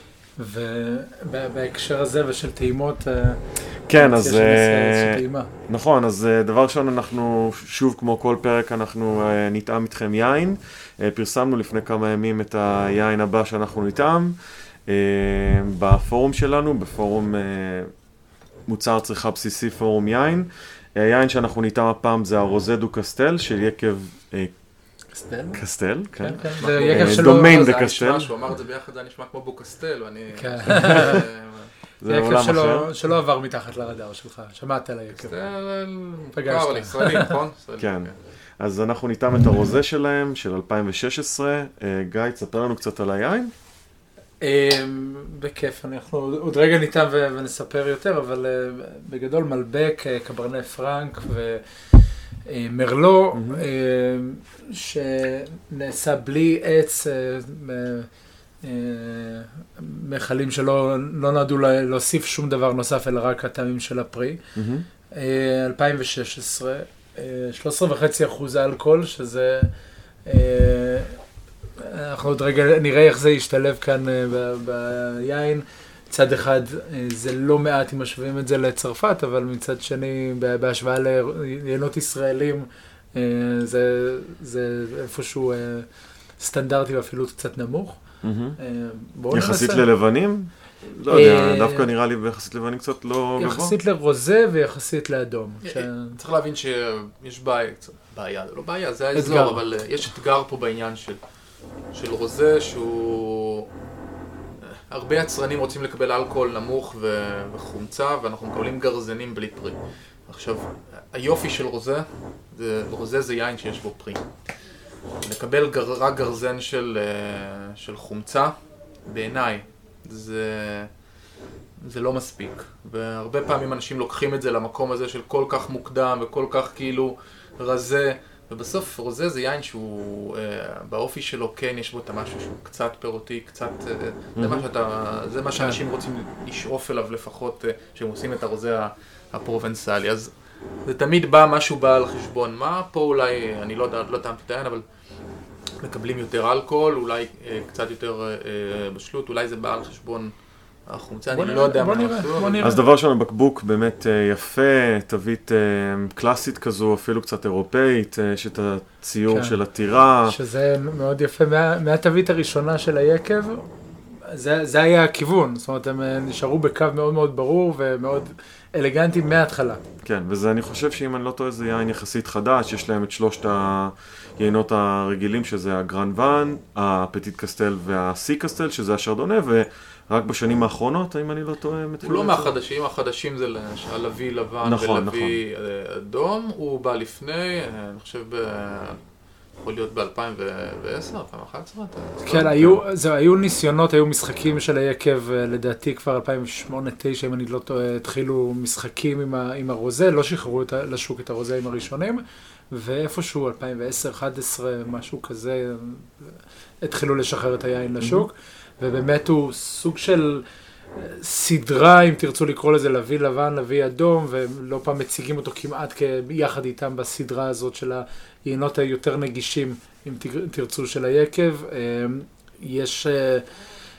Speaker 2: ובהקשר הזה ושל טעימות,
Speaker 1: כן, אז נכון, אז דבר ראשון אנחנו, שוב כמו כל פרק, אנחנו נטעם איתכם יין. פרסמנו לפני כמה ימים את היין הבא שאנחנו נטעם בפורום שלנו, בפורום מוצר צריכה בסיסי פורום יין. היין שאנחנו נטעם הפעם זה הרוזה דו קסטל של יקב
Speaker 2: קסטל?
Speaker 1: קסטל, כן.
Speaker 2: זה יקב שלו.
Speaker 1: דומיין דה קסטל.
Speaker 3: שהוא אמר את זה ביחד, זה נשמע כמו בו קסטל, ואני...
Speaker 2: זה יקב שלא עבר מתחת לרדאר שלך, שמעת על היקב.
Speaker 3: קסטל מוכר על ישראלי, נכון?
Speaker 1: כן. אז אנחנו נטעם את הרוזה שלהם, של אלפיים ושש עשרה. גיא, תספר לנו קצת על היין.
Speaker 2: בכיף, אנחנו עוד רגע נטעם ונספר יותר, אבל בגדול מלבק, קברנה פרנק ומרלו, שנעשה בלי עץ, מחלים שלא נועדו להוסיף שום דבר נוסף, אלא רק הטעמים של הפרי. אלפיים ושש עשרה, שלושה עשר וחצי אחוז אלכוהול, שזה... אנחנו עוד רגע נראה איך זה ישתלב כאן ביין. צד אחד זה לא מעט אם משווים את זה לצרפת, אבל מצד שני בהשוואה ליינות ישראלים זה, זה איפשהו סטנדרטי ואפילו קצת נמוך.
Speaker 1: יחסית ללבנים? לא יודע, דווקא נראה לי ביחסית לבנים קצת לא גבוה.
Speaker 2: יחסית לרוזה ויחסית לאדום.
Speaker 3: צריך להבין שיש בעיה, בעיה, זה לא בעיה, זה האזור, אבל יש אתגר פה בעניין של של רוזה שהוא... הרבה יצרנים רוצים לקבל אלכוהול נמוך ו... וחומצה, ואנחנו מקבלים גרזנים בלי פרי. עכשיו, היופי של רוזה, זה... רוזה זה יין שיש בו פרי. לקבל גר... רק גרזן של, של חומצה, בעיניי, זה... זה לא מספיק. והרבה פעמים אנשים לוקחים את זה למקום הזה של כל כך מוקדם וכל כך כאילו רזה, ובסוף רוזה זה יין שהוא, אה, באופי שלו כן יש בו את המשהו שהוא קצת פירותי, קצת, אה, mm-hmm. זה, מה שאתה, זה מה שאנשים רוצים לשאוף אליו לפחות, אה, שהם עושים את הרוזה הפרובנסלי. אז זה תמיד בא, משהו בא על חשבון מה, פה אולי, אני לא יודע, לא טעמתי את היין, אבל מקבלים יותר אלכוהול, אולי אה, קצת יותר אה, בשלות, אולי זה בא על חשבון החומצה, אני לא יודע מה נעשו.
Speaker 1: אז דבר שלנו בקבוק באמת יפה, תווית קלאסית כזו, אפילו קצת אירופאית, יש את הציור של הטירה.
Speaker 2: שזה מאוד יפה, מהתווית הראשונה של היקב, זה היה הכיוון, זאת אומרת, הם נשארו בקו מאוד מאוד ברור ומאוד אלגנטי מההתחלה.
Speaker 1: כן, וזה אני חושב שאם אני לא טועה זה יין יחסית חדש, יש להם את שלושת היינות הרגילים, שזה הגרן ואן, הפטיט קסטל והסי קסטל, שזה השרדונה, ורק בשנים האחרונות, האם אני לא טועה?
Speaker 3: הוא לא מהחדשים, החדשים זה הלוי לבן ולוי אדום, הוא בא לפני, אני חושב ב... יכול להיות ב-אלפיים ועשר, אלפיים ואחת עשרה?
Speaker 2: כן, היו ניסיונות, היו משחקים של היקב, לדעתי כבר אלפיים ושמונה תשע, אם אני לא טועה, התחילו משחקים עם הרוזה, לא שחררו לשוק את הרוזה עם הראשונים, ואיפשהו אלפיים ועשר אחת עשרה, משהו כזה, התחילו לשחרר את היין לשוק, ובאמת הוא סוג של סדרה, אם תרצו לקרוא לזה, לוי לבן, לוי אדום, ולא פעם מציגים אותו כמעט יחד איתם בסדרה הזאת של היינות היותר נגישים, אם תרצו, של היקב. יש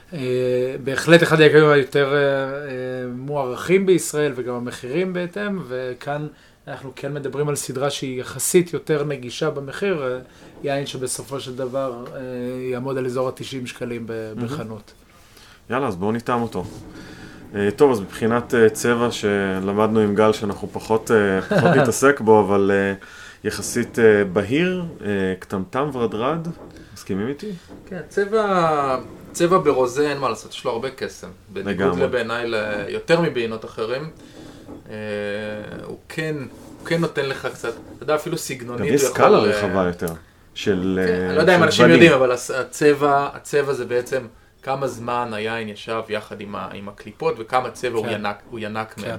Speaker 2: בהחלט אחד היקבים היותר מוערכים בישראל, וגם המחירים בהתאם, וכאן אנחנו כן מדברים על סדרה שהיא יחסית יותר נגישה במחיר, יין שבסופו של דבר יעמוד על אזור ה-תשעים שקלים בחנות.
Speaker 1: יאללה, אז בואו ניתן אותו. טוב, אז מבחינת צבע שלמדנו עם גל שאנחנו פחות, פחות נתעסק בו, אבל יחסית בהיר, קטמטם ורדרד, מסכימים איתי?
Speaker 3: כן, צבע, צבע ברוזה אין מה לעשות, יש לו הרבה קסם. בניגוד לבעיניי יותר מבעינות אחרים. הוא כן, הוא כן נותן לך קצת, אתה יודע, אפילו סגנונית.
Speaker 1: גם יש סקאלה רחבה יותר. של...
Speaker 3: אני לא יודע אם אנשים יודעים, אבל הצבע, הצבע זה בעצם כמה זמן היין ישב יחד עם הקליפות, וכמה צבע הוא ינק מהם.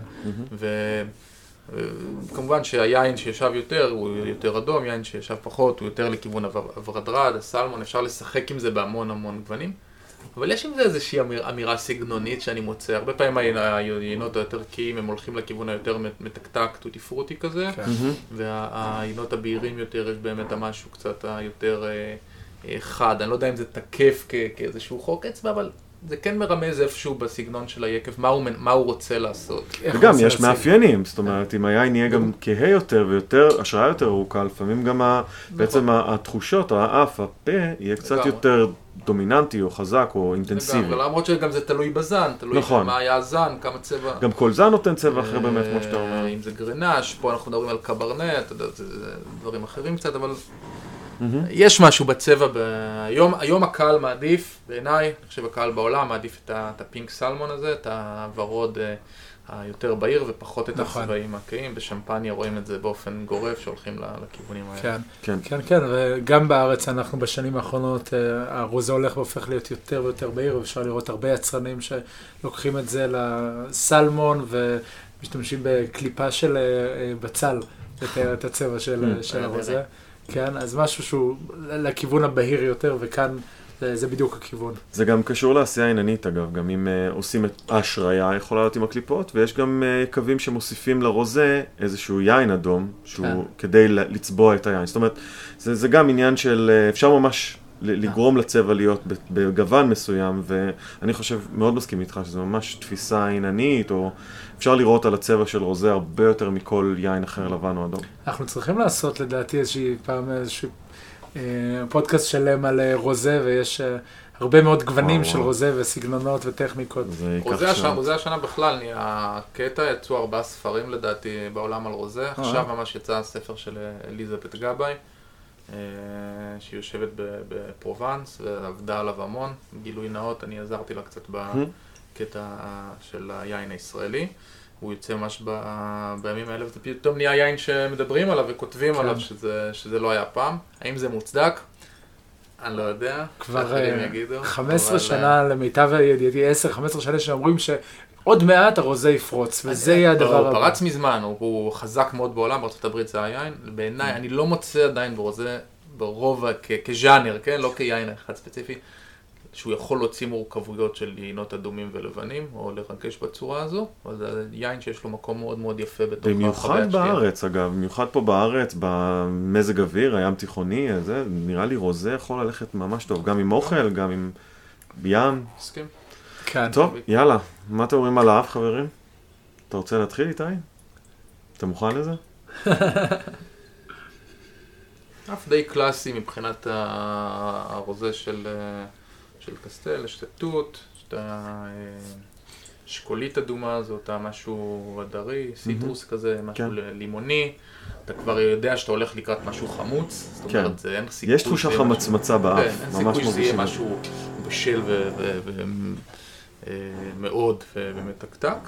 Speaker 3: וכמובן שהיין שישב יותר הוא יותר אדום, יין שישב פחות הוא יותר לכיוון הוורדרד, הסלמון, אפשר לשחק עם זה בהמון המון גוונים. אבל יש עם זה איזושהי אמיר, אמירה סגנונית שאני מוצא. הרבה פעמים היינות היותר קיים הם הולכים לכיוון היותר מתקתק, טוטי פרוטי כזה, כן. והיינות הבהירים יותר יש באמת המשהו קצת היותר אה, חד. אני לא יודע אם זה תקף כ- כאיזשהו חוק אצבע, אבל זה כן מרמז איפשהו בסגנון של היקב, מה הוא, מה הוא רוצה לעשות.
Speaker 1: וגם יש מאפיינים, זאת אומרת, אם היין יהיה גם כהה יותר ויותר, השראה יותר ארוכה, לפעמים גם ה, בעצם התחושות, האף, הפה, יהיה קצת יותר דומיננטי או חזק או אינטנסיבי.
Speaker 3: למרות שגם זה תלוי בזן, תלוי מה היה הזן, כמה צבע.
Speaker 1: גם כל זן נותן צבע אחר באמת, כמו שאתה אומר.
Speaker 3: אם זה גרנש, פה אנחנו מדברים על קברנט, דברים אחרים קצת, אבל יש משהו בצבע, היום הקהל מעדיף, בעיניי, אני חושב הקהל בעולם מעדיף את הפינק סלמון הזה, את הוורוד היותר בהיר ופחות את הצבעים הקיים. בשמפניה רואים את זה באופן גורף שהולכים לכיוונים האלה.
Speaker 2: כן, כן, כן, וגם בארץ אנחנו בשנים האחרונות, הרוזה הולך והופך להיות יותר ויותר בהיר, ואפשר לראות הרבה יצרנים שלוקחים את זה לסלמון ומשתמשים בקליפה של בצל, לתאר את הצבע של הרוזה. כן, אז משהו שהוא לכיוון הבהיר יותר, וכאן זה, זה בדיוק הכיוון.
Speaker 1: זה גם קשור לעשייה עיננית, אגב, גם אם uh, עושים את ההשראיה, יכולה להיות עם הקליפות, ויש גם uh, קווים שמוסיפים לרוזה איזשהו יין אדום, שהוא כן. כדי לצבוע את היין. זאת אומרת, זה, זה גם עניין של, uh, אפשר ממש לגרום לצבע להיות בגוון מסוים, ואני חושב, מאוד מסכים איתך, שזה ממש תפיסה עיננית, או אפשר לראות על הצבע של רוזה הרבה יותר מכל יין אחר לבן או אדום.
Speaker 2: אנחנו צריכים לעשות לדעתי איזושהי פעם איזשהו אה, פודקאסט שלם על רוזה, ויש אה, הרבה מאוד גוונים וואו, של וואו. רוזה וסגנונות וטכניקות.
Speaker 3: רוזה השנה, רוזה השנה בכלל, הקטע יצאו ארבעה ספרים לדעתי בעולם על רוזה, עכשיו ממש יצא הספר של אליזבת גבאי, שהיא יושבת בפרובנס ועבדה עליו המון. גילוי נאות, אני עזרתי לה קצת בקטע של היין הישראלי. הוא יוצא ממש בימים האלה, וזה פתאום נהיה יין שמדברים עליו וכותבים כן. עליו שזה, שזה לא היה פעם. האם זה מוצדק? אני לא יודע.
Speaker 2: כבר חמש עשרה שנה למיטב ידיעתי, עשר חמש עשרה שנה שאומרים שעוד מעט הרוזה יפרוץ, וזה יהיה הדבר הבא.
Speaker 3: הוא פרץ מזמן, הוא, הוא חזק מאוד בעולם, בארצות הברית זה היין. בעיניי, אני לא מוצא עדיין ברוזה, ברוב כז'אנר, כן? לא כיין אחד ספציפי, שהוא יכול להוציא מורכבויות של יינות אדומים ולבנים, או לרגש בצורה הזו, אבל זה יין שיש לו מקום מאוד מאוד יפה בתוך החוויה השתייה.
Speaker 1: במיוחד בארץ, אגב, במיוחד פה בארץ, במזג אוויר, הים תיכוני, זה נראה לי רוזה יכול ללכת ממש טוב, גם עם אוכל, גם עם ים.
Speaker 3: מסכים.
Speaker 2: כן.
Speaker 1: טוב, יאללה, מה אתם אומרים על האף, חברים? אתה רוצה להתחיל איתי? אתה מוכן לזה?
Speaker 3: אף די קלאסי מבחינת הרוזה של... של קסטל, יש תות, יש את השקולית אדומה, זה אותה משהו הדרי, סיטרוס כזה, משהו לימוני. אתה כבר יודע שאתה הולך לקראת משהו חמוץ, זאת אומרת, אין סיכוי...
Speaker 1: יש תחושה חמצמצה באף,
Speaker 3: אין סיכוי שזה יהיה משהו בשל ומאוד ומתקתק.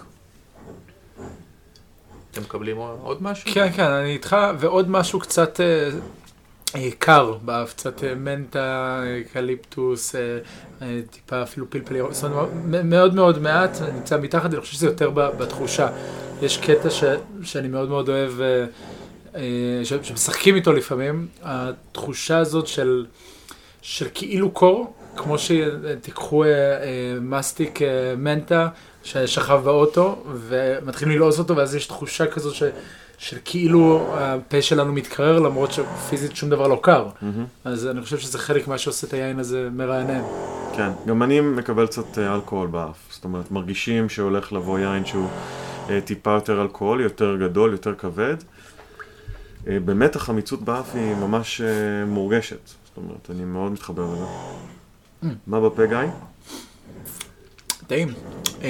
Speaker 3: אתם מקבלים עוד משהו?
Speaker 2: כן, כן, אני איתך, ועוד משהו קצת... קר באף, קצת מנטה, קליפטוס, טיפה אפילו פלפלי, זאת אומרת, מאוד מאוד מעט, נמצא מתחת, אני חושב שזה יותר בתחושה. יש קטע ש, שאני מאוד מאוד אוהב, ש, שמשחקים איתו לפעמים, התחושה הזאת של, של כאילו קור, כמו שתיקחו מסטיק מנטה, ששכב באוטו, ומתחילים ללעוס אותו, ואז יש תחושה כזו ש... של כאילו הפה שלנו מתקרר, למרות שפיזית שום דבר לא קר. אז אני חושב שזה חלק מה שעושה את היין הזה מרענן.
Speaker 1: כן, גם אני מקבל קצת אלכוהול באף. זאת אומרת, מרגישים שהולך לבוא יין שהוא טיפה יותר אלכוהול, יותר גדול, יותר כבד. באמת החמיצות באף היא ממש מורגשת. זאת אומרת, אני מאוד מתחבר לזה. מה בפה, גיא?
Speaker 2: טעים.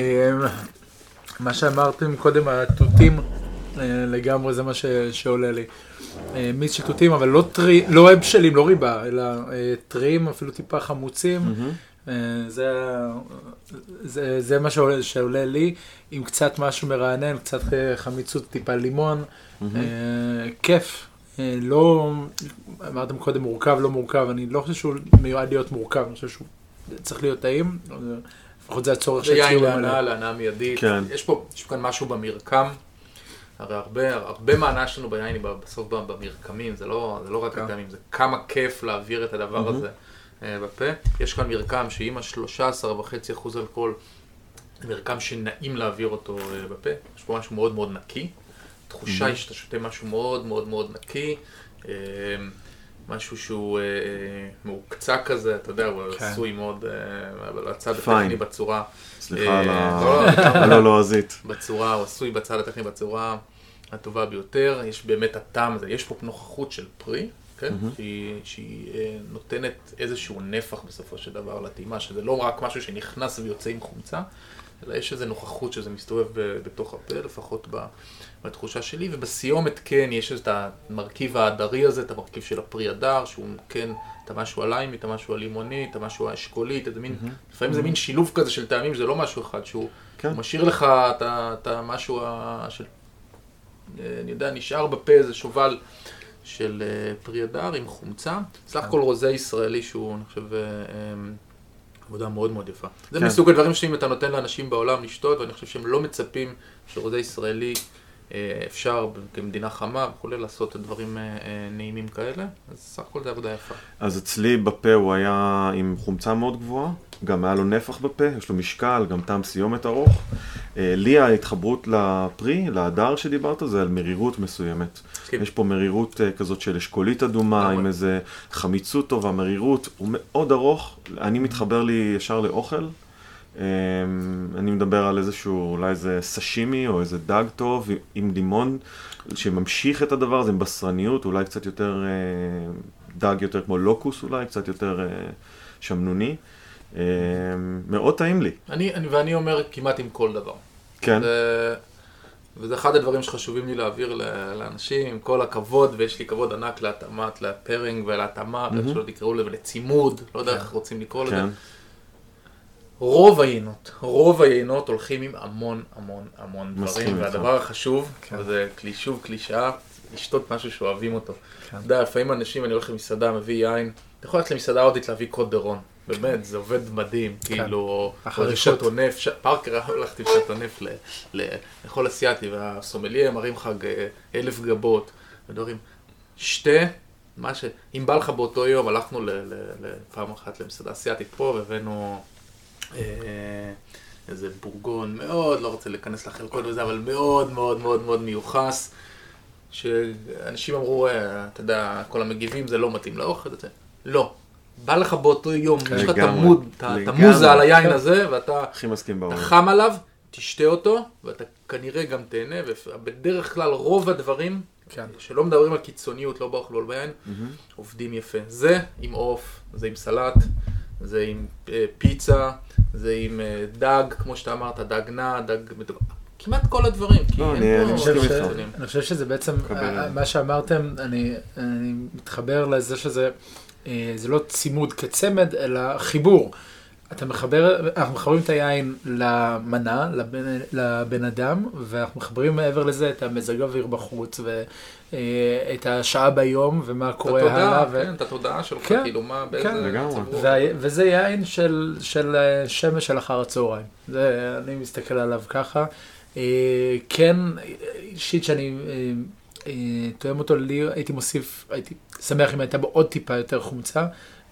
Speaker 2: מה שאמרתם קודם, התותים, לגמרי זה מה שעולה לי. מיץ של תותים, אבל לא טרי, לא בשלים, לא ריבה, אלא טריים, אפילו טיפה חמוצים. זה מה שעולה לי, עם קצת משהו מרענן, קצת חמיצות, טיפה לימון. כיף. לא, אמרתם קודם מורכב, לא מורכב, אני לא חושב שהוא מיועד להיות מורכב, אני חושב שהוא צריך להיות טעים, לפחות זה הצורך
Speaker 3: שהציעו. זה יין להנאה, להנאה מיידית.
Speaker 1: כן.
Speaker 3: יש פה, יש כאן משהו במרקם, הרי הרבה, הרבה מהנאה שלנו ביין היא בסוף במרקמים, זה לא, זה לא רק הטעמים, זה כמה כיף להעביר את הדבר הזה בפה. יש כאן מרקם שעם ה-שלושה עשר וחצי אחוז אלכוהול, זה מרקם שנעים להעביר אותו בפה, יש פה משהו מאוד מאוד נקי. תחושה היא שאתה שותה משהו מאוד מאוד מאוד נקי, משהו שהוא מעוקצע כזה, אתה יודע, הוא עשוי מאוד, בצד הטכני בצורה...
Speaker 1: סליחה על הלועזית.
Speaker 3: בצורה, הוא עשוי בצד הטכני בצורה הטובה ביותר, יש באמת הטעם הזה, יש פה נוכחות של פרי, שהיא נותנת איזשהו נפח בסופו של דבר לטעימה, שזה לא רק משהו שנכנס ויוצא עם חומצה, אלא יש איזו נוכחות שזה מסתובב בתוך הפה, לפחות בתחושה שלי, ובסיומת כן יש את המרכיב העדרי הזה, את המרכיב של הפרי הדר, שהוא כן את המשהו הליימי, את המשהו הלימוני, את המשהו האשכולי, את מין, לפעמים זה מין שילוב כזה של טעמים, שזה לא משהו אחד, שהוא משאיר לך את המשהו של, אני יודע, נשאר בפה איזה שובל של פרי הדר עם חומצה, סך הכל רוזה ישראלי שהוא, אני חושב, עבודה מאוד מאוד יפה. זה מסוג הדברים שאם אתה נותן לאנשים בעולם לשתות, ואני חושב שהם לא מצפים שרוזה ישראלי אפשר כמדינה חמה וכולי לעשות דברים נעימים כאלה, אז סך הכל זה עבודה יפה.
Speaker 1: אז אצלי בפה הוא היה עם חומצה מאוד גבוהה, גם היה לו נפח בפה, יש לו משקל, גם טעם סיומת ארוך. לי ההתחברות לפרי, להדר שדיברת, זה על מרירות מסוימת. יש פה מרירות כזאת של אשכולית אדומה, עם איזה חמיצות טובה, מרירות, הוא מאוד ארוך, אני מתחבר לי ישר לאוכל. אני מדבר על איזשהו, אולי איזה סשימי או איזה דג טוב עם לימון שממשיך את הדבר הזה עם בשרניות, אולי קצת יותר דג יותר כמו לוקוס אולי, קצת יותר שמנוני. מאוד טעים לי.
Speaker 3: אני, ואני אומר כמעט עם כל דבר.
Speaker 1: כן.
Speaker 3: וזה אחד הדברים שחשובים לי להעביר לאנשים, עם כל הכבוד, ויש לי כבוד ענק להתאמת, לפרינג ולהתאמה, ואיך שלא תקראו לזה, ולצימוד, לא יודע איך רוצים לקרוא לזה. רוב היינות, רוב היינות הולכים עם המון המון המון דברים, והדבר החשוב, וזה שוב קלישאה, לשתות משהו שאוהבים אותו. אתה יודע, לפעמים אנשים, אני הולך למסעדה, מביא יין, אתה יכול ללכת למסעדה הודית להביא קוד דרון, באמת, זה עובד מדהים, כאילו, או שטונף, פארקר הולכתי עם שטונף לאכול אסיאטי, והסומליה מראים לך אלף גבות, ודברים, שתה, מה ש... אם בא לך באותו יום, הלכנו לפעם אחת למסעדה אסיאטית פה, והבאנו איזה בורגון מאוד, לא רוצה להיכנס לחלקות וזה, אבל מאוד מאוד מאוד מאוד מיוחס, שאנשים אמרו, אתה יודע, כל המגיבים זה לא מתאים לאוכל, לא. בא לך באותו יום, יש לך את המוזה על היין הזה, ואתה חם עליו, תשתה אותו, ואתה כנראה גם תהנה, ובדרך כלל רוב הדברים, שלא מדברים על קיצוניות, לא באוכל או ביין, עובדים יפה. זה עם עוף, זה עם סלט, זה עם פיצה, זה עם דג, כמו שאתה אמרת, דג נע, דג... כמעט כל הדברים.
Speaker 2: אני חושב שזה בעצם, מה שאמרתם, אני מתחבר לזה שזה זה לא צימוד כצמד, אלא חיבור. אתה מחבר, אנחנו מחברים את היין למנה, לבן, לבן אדם, ואנחנו מחברים מעבר לזה את המזג האוויר בחוץ, ואת השעה ביום, ומה קורה הלאה.
Speaker 3: ו... כן, את התודעה שלך, כן, כאילו מה, באיזה
Speaker 2: כן. ציבור. ו... וזה יין של, של שמש של אחר הצהריים. זה, אני מסתכל עליו ככה. כן, אישית שאני תואם אותו לי, הייתי מוסיף, הייתי שמח אם הייתה בו עוד טיפה יותר חומצה,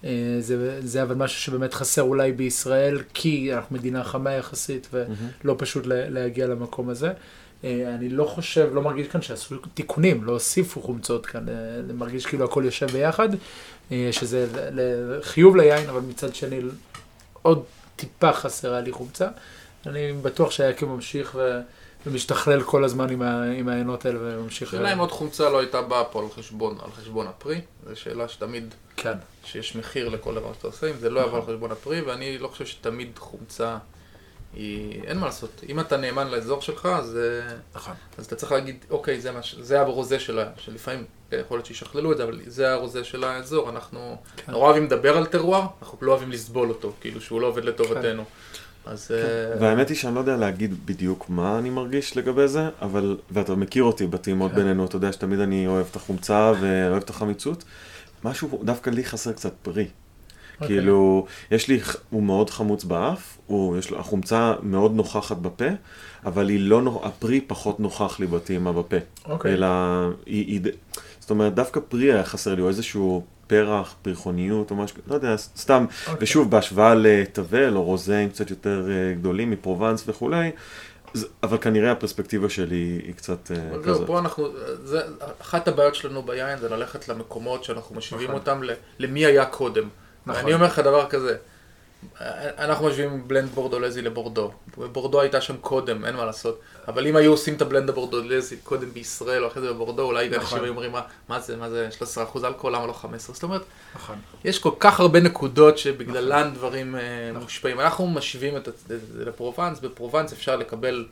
Speaker 2: זה, זה אבל משהו שבאמת חסר אולי בישראל, כי אנחנו מדינה חמה יחסית, ולא פשוט להגיע למקום הזה. אני לא חושב, לא מרגיש כאן שעשו תיקונים, לא הוסיפו חומצות כאן, אני מרגיש כאילו הכל יושב ביחד, שזה חיוב ליין, אבל מצד שני עוד טיפה חסרה לי חומצה. אני בטוח שהיקב ממשיך ו... ומשתכלל כל הזמן עם, ה... עם העיינות האלה וממשיך...
Speaker 3: שאלה אם עוד חומצה לא הייתה באה פה על חשבון, על חשבון הפרי, זו שאלה שתמיד...
Speaker 2: כן.
Speaker 3: שיש מחיר לכל דבר שאתה עושה, אם זה לא יבוא על חשבון הפרי, ואני לא חושב שתמיד חומצה היא... אין מה לעשות. אם אתה נאמן לאזור שלך, אז,
Speaker 2: נכון.
Speaker 3: אז אתה צריך להגיד, אוקיי, זה, מה... זה הרוזה שלה, שלפעמים יכול להיות שישכללו את זה, אבל זה הרוזה של האזור. אנחנו כן. נורא אוהבים לדבר על טרואר, אנחנו לא אוהבים לסבול אותו, כאילו שהוא לא עובד לטובתנו. כן. אז... כן.
Speaker 1: והאמת היא שאני לא יודע להגיד בדיוק מה אני מרגיש לגבי זה, אבל, ואתה מכיר אותי בטעימות כן. בינינו, אתה יודע שתמיד אני אוהב את החומצה ואוהב את החמיצות. משהו, דווקא לי חסר קצת פרי. Okay. כאילו, יש לי, הוא מאוד חמוץ באף, הוא, יש לו, החומצה מאוד נוכחת בפה, אבל היא לא, הפרי פחות נוכח לי בטעימה בפה.
Speaker 2: אוקיי.
Speaker 1: אלא, היא, היא, זאת אומרת, דווקא פרי היה חסר לי, או איזשהו פרח, פרחוניות, או משהו, לא יודע, סתם, okay. ושוב, בהשוואה לטבל, או רוזים קצת יותר גדולים, מפרובנס וכולי, אבל כנראה הפרספקטיבה שלי היא קצת כזאת.
Speaker 3: פה אנחנו, זה, אחת הבעיות שלנו ביין זה ללכת למקומות שאנחנו משווים אותם למי היה קודם. אני אומר לך דבר כזה, אנחנו משווים בלנד בורדולזי לבורדו, ובורדו הייתה שם קודם, אין מה לעשות, אבל אם היו עושים את הבלנד הבורדולזי קודם בישראל או אחרי זה בבורדו, אולי אנשים היו אומרים, מה זה, מה זה, שלושה עשר אחוז אלכוהול, למה לא חמש עשרה? זאת אומרת, יש כל כך הרבה נקודות שבגללן דברים מושפעים. אנחנו משווים את זה לפרובנס, בפרובנס אפשר לקבל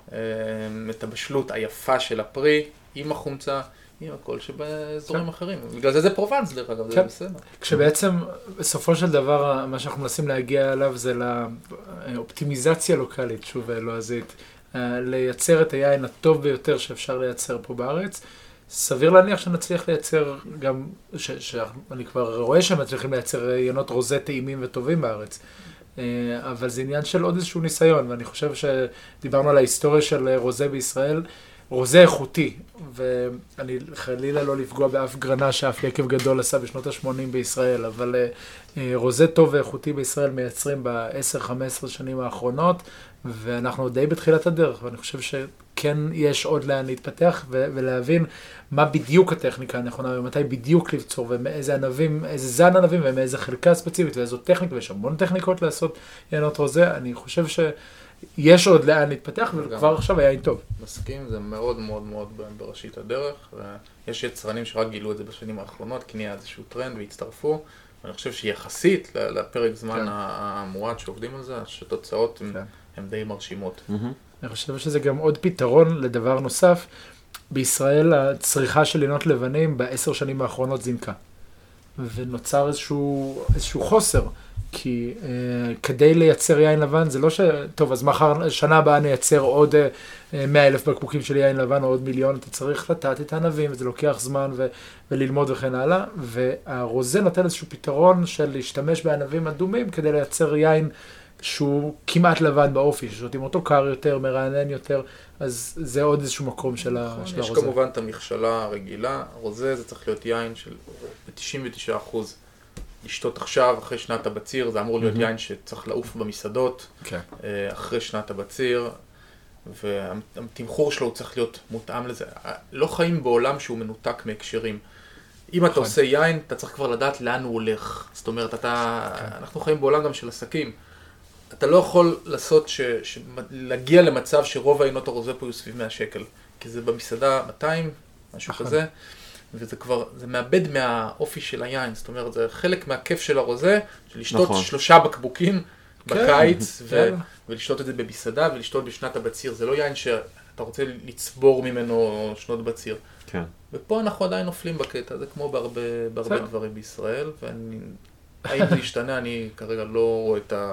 Speaker 3: את הבשלות היפה של הפרי עם החומצה, עם הכל שבאזורים אחרים. בגלל זה זה פרובנס, דרך אגב, זה בסדר.
Speaker 2: כשבעצם, בסופו של דבר, מה שאנחנו מנסים להגיע אליו זה לאופטימיזציה לוקלית, שוב לועזית, לייצר את היין הטוב ביותר שאפשר לייצר פה בארץ. סביר להניח שנצליח לייצר גם, שאני כבר רואה שמצליחים לייצר ינות רוזה טעימים וטובים בארץ. אבל זה עניין של עוד איזשהו ניסיון, ואני חושב שדיברנו על ההיסטוריה של רוזה בישראל, רוזה איכותי, ואני חלילה לא לפגוע באף גרנה שאף יקב גדול עשה בשנות ה-שמונים בישראל, אבל רוזה טוב ואיכותי בישראל מייצרים ב-עשר חמש עשרה שנים האחרונות, ואנחנו די בתחילת הדרך, ואני חושב שכן יש עוד לאן להתפתח ולהבין מה בדיוק הטכניקה הנכונה, ומתי בדיוק לבצור, ומאיזה ענבים, איזה זן ענבים, ומאיזה חלקה ספציפית, ואיזו טכניקה, ויש המון טכניקות לעשות ינות רוזה. אני חושב ש... יש עוד לאן להתפתח, וכבר עכשיו היה טוב.
Speaker 3: מסכים, זה מאוד מאוד מאוד בראשית הדרך. יש יצרנים שרק גילו את זה בשנים האחרונות, כי נהיה איזשהו טרנד והצטרפו. ואני חושב שיחסית לפרק זמן המועט שעובדים על זה, שתוצאות הן די מרשימות.
Speaker 2: אני חושב שזה גם עוד פתרון לדבר נוסף. בישראל הצריכה של ינות לבנים בעשר שנים האחרונות זינקה. ונוצר איזשהו, איזשהו חוסר. כי uh, כדי לייצר יין לבן, זה לא ש... טוב, אז מחר, שנה הבאה נייצר עוד uh, מאה אלף בקבוקים של יין לבן או עוד מיליון, אתה צריך לטעת את הענבים, וזה לוקח זמן ו... וללמוד וכן הלאה, והרוזה נותן איזשהו פתרון של להשתמש בענבים אדומים כדי לייצר יין שהוא כמעט לבן באופי, ששותים אותו קר יותר, מרענן יותר, אז זה עוד איזשהו מקום של, ה... של
Speaker 3: יש
Speaker 2: הרוזה.
Speaker 3: יש כמובן את המכשלה הרגילה, רוזה זה צריך להיות יין של תשעים ותשעה אחוז. לשתות עכשיו, אחרי שנת הבציר, זה אמור להיות יין שצריך לעוף במסעדות, אחרי שנת הבציר, והתמחור שלו הוא צריך להיות מותאם לזה. לא חיים בעולם שהוא מנותק מהקשרים. אם אתה עושה יין, אתה צריך כבר לדעת לאן הוא הולך. זאת אומרת, אתה, אנחנו חיים בעולם גם של עסקים. אתה לא יכול לעשות, ש, ש, להגיע למצב שרוב העינות הרוזה פה יהיו סביב מאה שקל, כי זה במסעדה מאתיים, משהו כזה. וזה כבר, זה מאבד מהאופי של היין, זאת אומרת, זה חלק מהכיף של הרוזה, של לשתות נכון. שלושה בקבוקים בקיץ, ו- ולשתות את זה במסעדה, ולשתות בשנת הבציר. זה לא יין שאתה רוצה לצבור ממנו שנות בציר.
Speaker 1: כן.
Speaker 3: ופה אנחנו עדיין נופלים בקטע, זה כמו בהרבה, בהרבה דברים בישראל, ואני, האם זה ישתנה, אני כרגע לא רואה את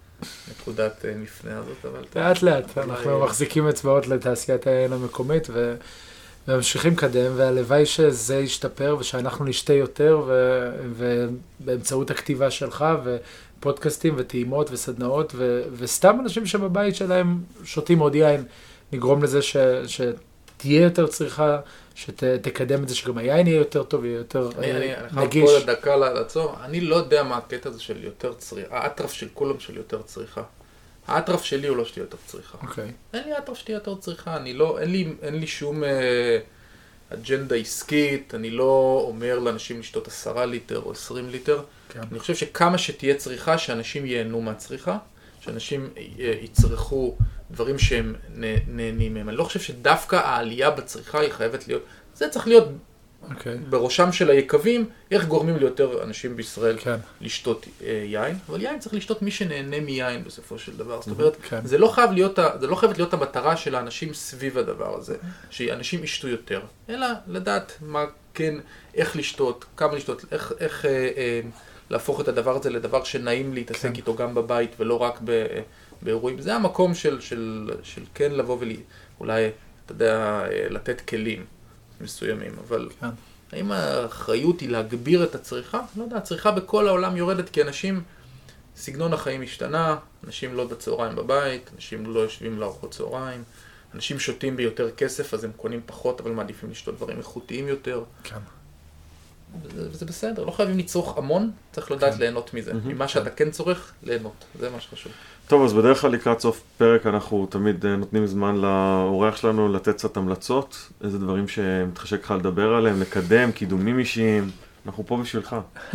Speaker 3: הנקודת מפנה הזאת, אבל...
Speaker 2: לאט לאט, אנחנו מחזיקים אצבעות לתעשיית היין המקומית, ו... וממשיכים קדם, והלוואי שזה ישתפר, ושאנחנו נשתה יותר, ו... ובאמצעות הכתיבה שלך, ופודקאסטים, וטעימות, וסדנאות, ו... וסתם אנשים שבבית שלהם שותים עוד יין, נגרום לזה ש... ש... שתהיה יותר צריכה, שתקדם את זה, שגם היין יהיה יותר טוב, יהיה יותר נגיש.
Speaker 3: אני חייב פה דקה לעצור, אני לא יודע מה הקטע הזה של יותר צריכה, האטרף של כולם של יותר צריכה. האטרף שלי הוא לא שתהיה יותר צריכה.
Speaker 2: אוקיי.
Speaker 3: אין לי האטרף שתהיה יותר צריכה, אני לא, אין לי, אין לי שום אה, אג'נדה עסקית, אני לא אומר לאנשים לשתות עשרה ליטר או עשרים ליטר. כן. אני חושב שכמה שתהיה צריכה, שאנשים ייהנו מהצריכה, שאנשים יצרכו דברים שהם נהנים מהם. אני לא חושב שדווקא העלייה בצריכה היא חייבת להיות, זה צריך להיות okay. בראשם של היקבים, איך גורמים ליותר אנשים בישראל כן. לשתות יין, אבל יין צריך לשתות מי שנהנה מיין בסופו של דבר. זאת אומרת, כן. זה לא חייב להיות, זה לא חייבת להיות המטרה של האנשים סביב הדבר הזה, שאנשים ישתו יותר, אלא לדעת מה כן, איך לשתות, כמה לשתות, איך, איך אה, אה, להפוך את הדבר הזה לדבר שנעים להתעסק כן. איתו גם בבית ולא רק ב, באירועים. זה המקום של, של, של כן לבוא ואולי, אתה יודע, לתת כלים מסוימים, אבל כן. האם האחריות היא להגביר את הצריכה? לא יודע, הצריכה בכל העולם יורדת כי אנשים, סגנון החיים השתנה, אנשים לא בצהריים בבית, אנשים לא יושבים לארוחות צהריים, אנשים שותים ביותר כסף, אז הם קונים פחות, אבל מעדיפים לשתות דברים איכותיים יותר. כן. וזה, וזה בסדר, לא חייבים לצרוך המון, צריך לדעת כן. ליהנות מזה. Mm-hmm. ממה שאתה כן צורך, ליהנות, זה מה שחשוב.
Speaker 1: טוב, אז בדרך כלל לקראת סוף פרק אנחנו תמיד נותנים זמן לאורח שלנו לתת קצת המלצות, איזה דברים שמתחשק לך לדבר עליהם, לקדם, קידומים אישיים, אנחנו פה בשבילך.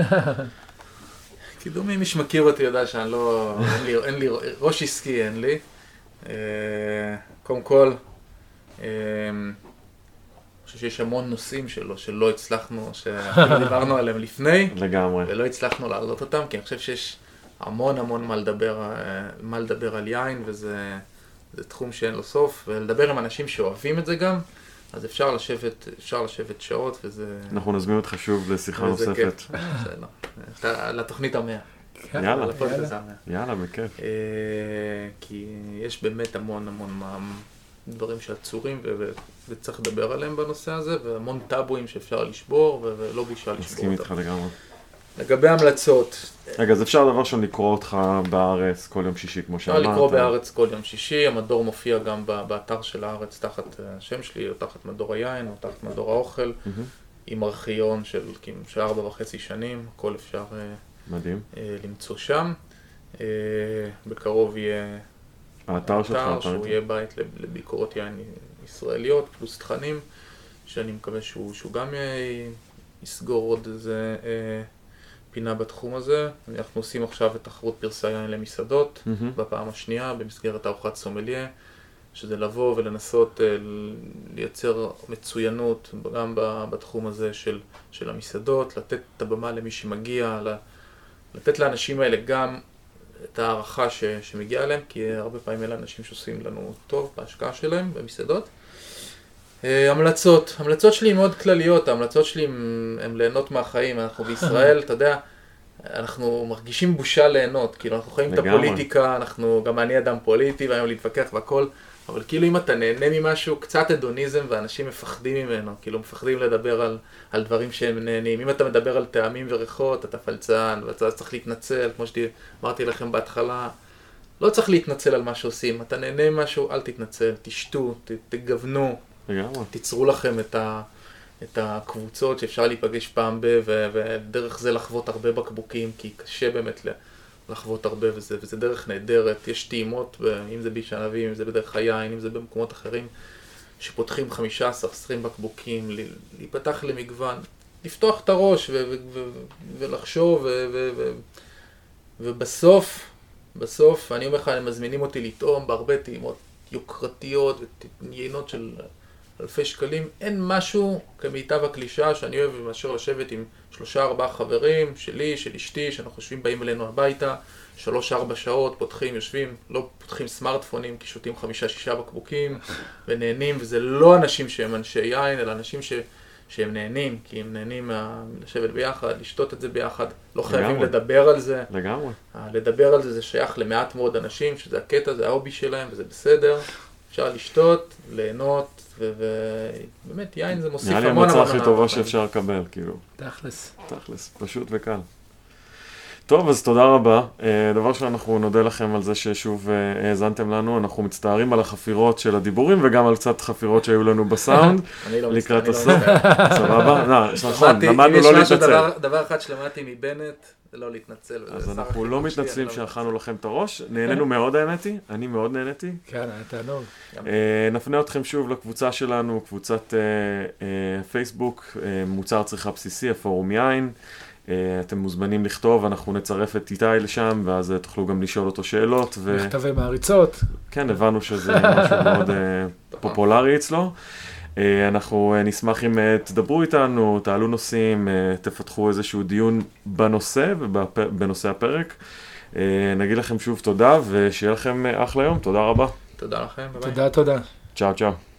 Speaker 3: קידומים, מי שמכיר אותי יודע שאני לא, אין לי, אין לי, ראש עסקי אין לי. קודם כל, אני חושב שיש המון נושאים שלו, שלא הצלחנו, שאנחנו דיברנו עליהם לפני.
Speaker 1: לגמרי.
Speaker 3: ולא הצלחנו להעלות אותם, כי אני חושב שיש המון המון מה לדבר, מה לדבר על יין, וזה זה תחום שאין לו סוף, ולדבר עם אנשים שאוהבים את זה גם, אז אפשר לשבת, אפשר לשבת שעות, וזה...
Speaker 1: אנחנו נזמין אותך שוב לשיחה נוספת.
Speaker 3: בסדר. לתוכנית המאה.
Speaker 1: יאללה, יאללה, בכיף.
Speaker 3: כי יש באמת המון המון דברים שעצורים, וצריך לדבר עליהם בנושא הזה, והמון טאבואים שאפשר לשבור, ולא בישה לשבור אותם.
Speaker 1: מסכים איתך לגמרי.
Speaker 3: לגבי המלצות.
Speaker 1: רגע, אז אפשר דבר שם לקרוא אותך בארץ כל יום שישי, כמו שאמרת.
Speaker 3: אפשר לקרוא בארץ כל יום שישי, המדור מופיע גם באתר של הארץ, תחת השם שלי, או תחת מדור היין, או תחת מדור האוכל, עם ארכיון של ארבע וחצי שנים, הכל אפשר
Speaker 1: מדהים.
Speaker 3: למצוא שם. בקרוב יהיה
Speaker 1: האתר שלך,
Speaker 3: שהוא יהיה בית לביקורות יין ישראליות, פלוס תכנים, שאני מקווה שהוא גם יסגור עוד איזה פינה בתחום הזה. אנחנו עושים עכשיו את תחרות פרסי יין למסעדות, mm-hmm. בפעם השנייה, במסגרת ארוחת סומליה, שזה לבוא ולנסות לייצר מצוינות גם בתחום הזה של, של המסעדות, לתת את הבמה למי שמגיע, לתת לאנשים האלה גם את הערכה ש, שמגיעה להם, כי הרבה פעמים אלה אנשים שעושים לנו טוב בהשקעה שלהם במסעדות. המלצות, המלצות שלי הן מאוד כלליות, ההמלצות שלי הן ליהנות מהחיים, אנחנו בישראל, אתה יודע, אנחנו מרגישים בושה ליהנות, כאילו אנחנו חיים את הפוליטיקה, אנחנו, גם אני אדם פוליטי והיום להתווכח והכל, אבל כאילו אם אתה נהנה ממשהו, קצת אדוניזם ואנשים מפחדים ממנו, כאילו מפחדים לדבר על, על דברים שהם נהנים, אם אתה מדבר על טעמים וריחות, אתה פלצן, ואתה צריך להתנצל, כמו שאמרתי לכם בהתחלה, לא צריך להתנצל על מה שעושים, אתה נהנה ממשהו, אל תתנצל, תשתו, ת, תגוונו, תיצרו לכם את, ה, את הקבוצות שאפשר להיפגש פעם ב, ו, ודרך זה לחוות הרבה בקבוקים, כי קשה באמת לחוות הרבה, וזה, וזה דרך נהדרת. יש טעימות, אם זה ביש ענבים, אם זה בדרך היין, אם זה במקומות אחרים, שפותחים חמישה עשר עשרים בקבוקים, להיפתח למגוון, לפתוח את הראש ו, ו, ו, ולחשוב, ו, ו, ו, ובסוף, בסוף, אני אומר לך, הם מזמינים אותי לטעום בהרבה טעימות יוקרתיות וטעינות של אלפי שקלים. אין משהו כמיטב הקלישה שאני אוהב מאשר לשבת עם שלושה ארבעה חברים שלי, של אשתי, שאנחנו חושבים באים אלינו הביתה, שלוש ארבע שעות, פותחים, יושבים, לא פותחים סמארטפונים, כי שותים חמישה שישה בקבוקים ונהנים, וזה לא אנשים שהם אנשי יין, אלא אנשים ש... שהם נהנים, כי הם נהנים לשבת ביחד, לשתות את זה ביחד, לא חייבים לגמרי. לדבר על זה.
Speaker 1: לגמרי.
Speaker 3: לדבר על זה זה שייך למעט מאוד אנשים, שזה הקטע, זה ההובי שלהם, וזה בסדר. אפשר לשתות, ליהנות, ובאמת יין זה מוסיף המון המון.
Speaker 1: נראה לי המצאה הכי טובה שאפשר לקבל, כאילו.
Speaker 2: תכלס.
Speaker 1: תכלס, פשוט וקל. טוב, אז תודה רבה. דבר שאנחנו נודה לכם על זה ששוב האזנתם לנו. אנחנו מצטערים על החפירות של הדיבורים וגם על קצת חפירות שהיו לנו בסאונד. לקראת הסוף. סבבה? נכון, למדנו לא להתנצל.
Speaker 3: דבר אחד שלמדתי מבנט, זה לא להתנצל.
Speaker 1: אז אנחנו לא מתנצלים שאכלנו לכם את הראש. נהנינו מאוד, האמת היא. אני מאוד נהניתי.
Speaker 2: כן, היה תענוג.
Speaker 1: נפנה אתכם שוב לקבוצה שלנו, קבוצת פייסבוק, מוצר צריכה בסיסי, הפורום יין. אתם מוזמנים לכתוב, אנחנו נצרף את איתי לשם, ואז תוכלו גם לשאול אותו שאלות.
Speaker 2: מכתבי מעריצות.
Speaker 1: כן, הבנו שזה משהו מאוד פופולרי אצלו. אנחנו נשמח אם תדברו איתנו, תעלו נושאים, תפתחו איזשהו דיון בנושא ובנושא הפרק. נגיד לכם שוב תודה, ושיהיה לכם אחלה יום. תודה רבה.
Speaker 3: תודה לכם.
Speaker 2: תודה, תודה.
Speaker 1: צ'או, צ'או.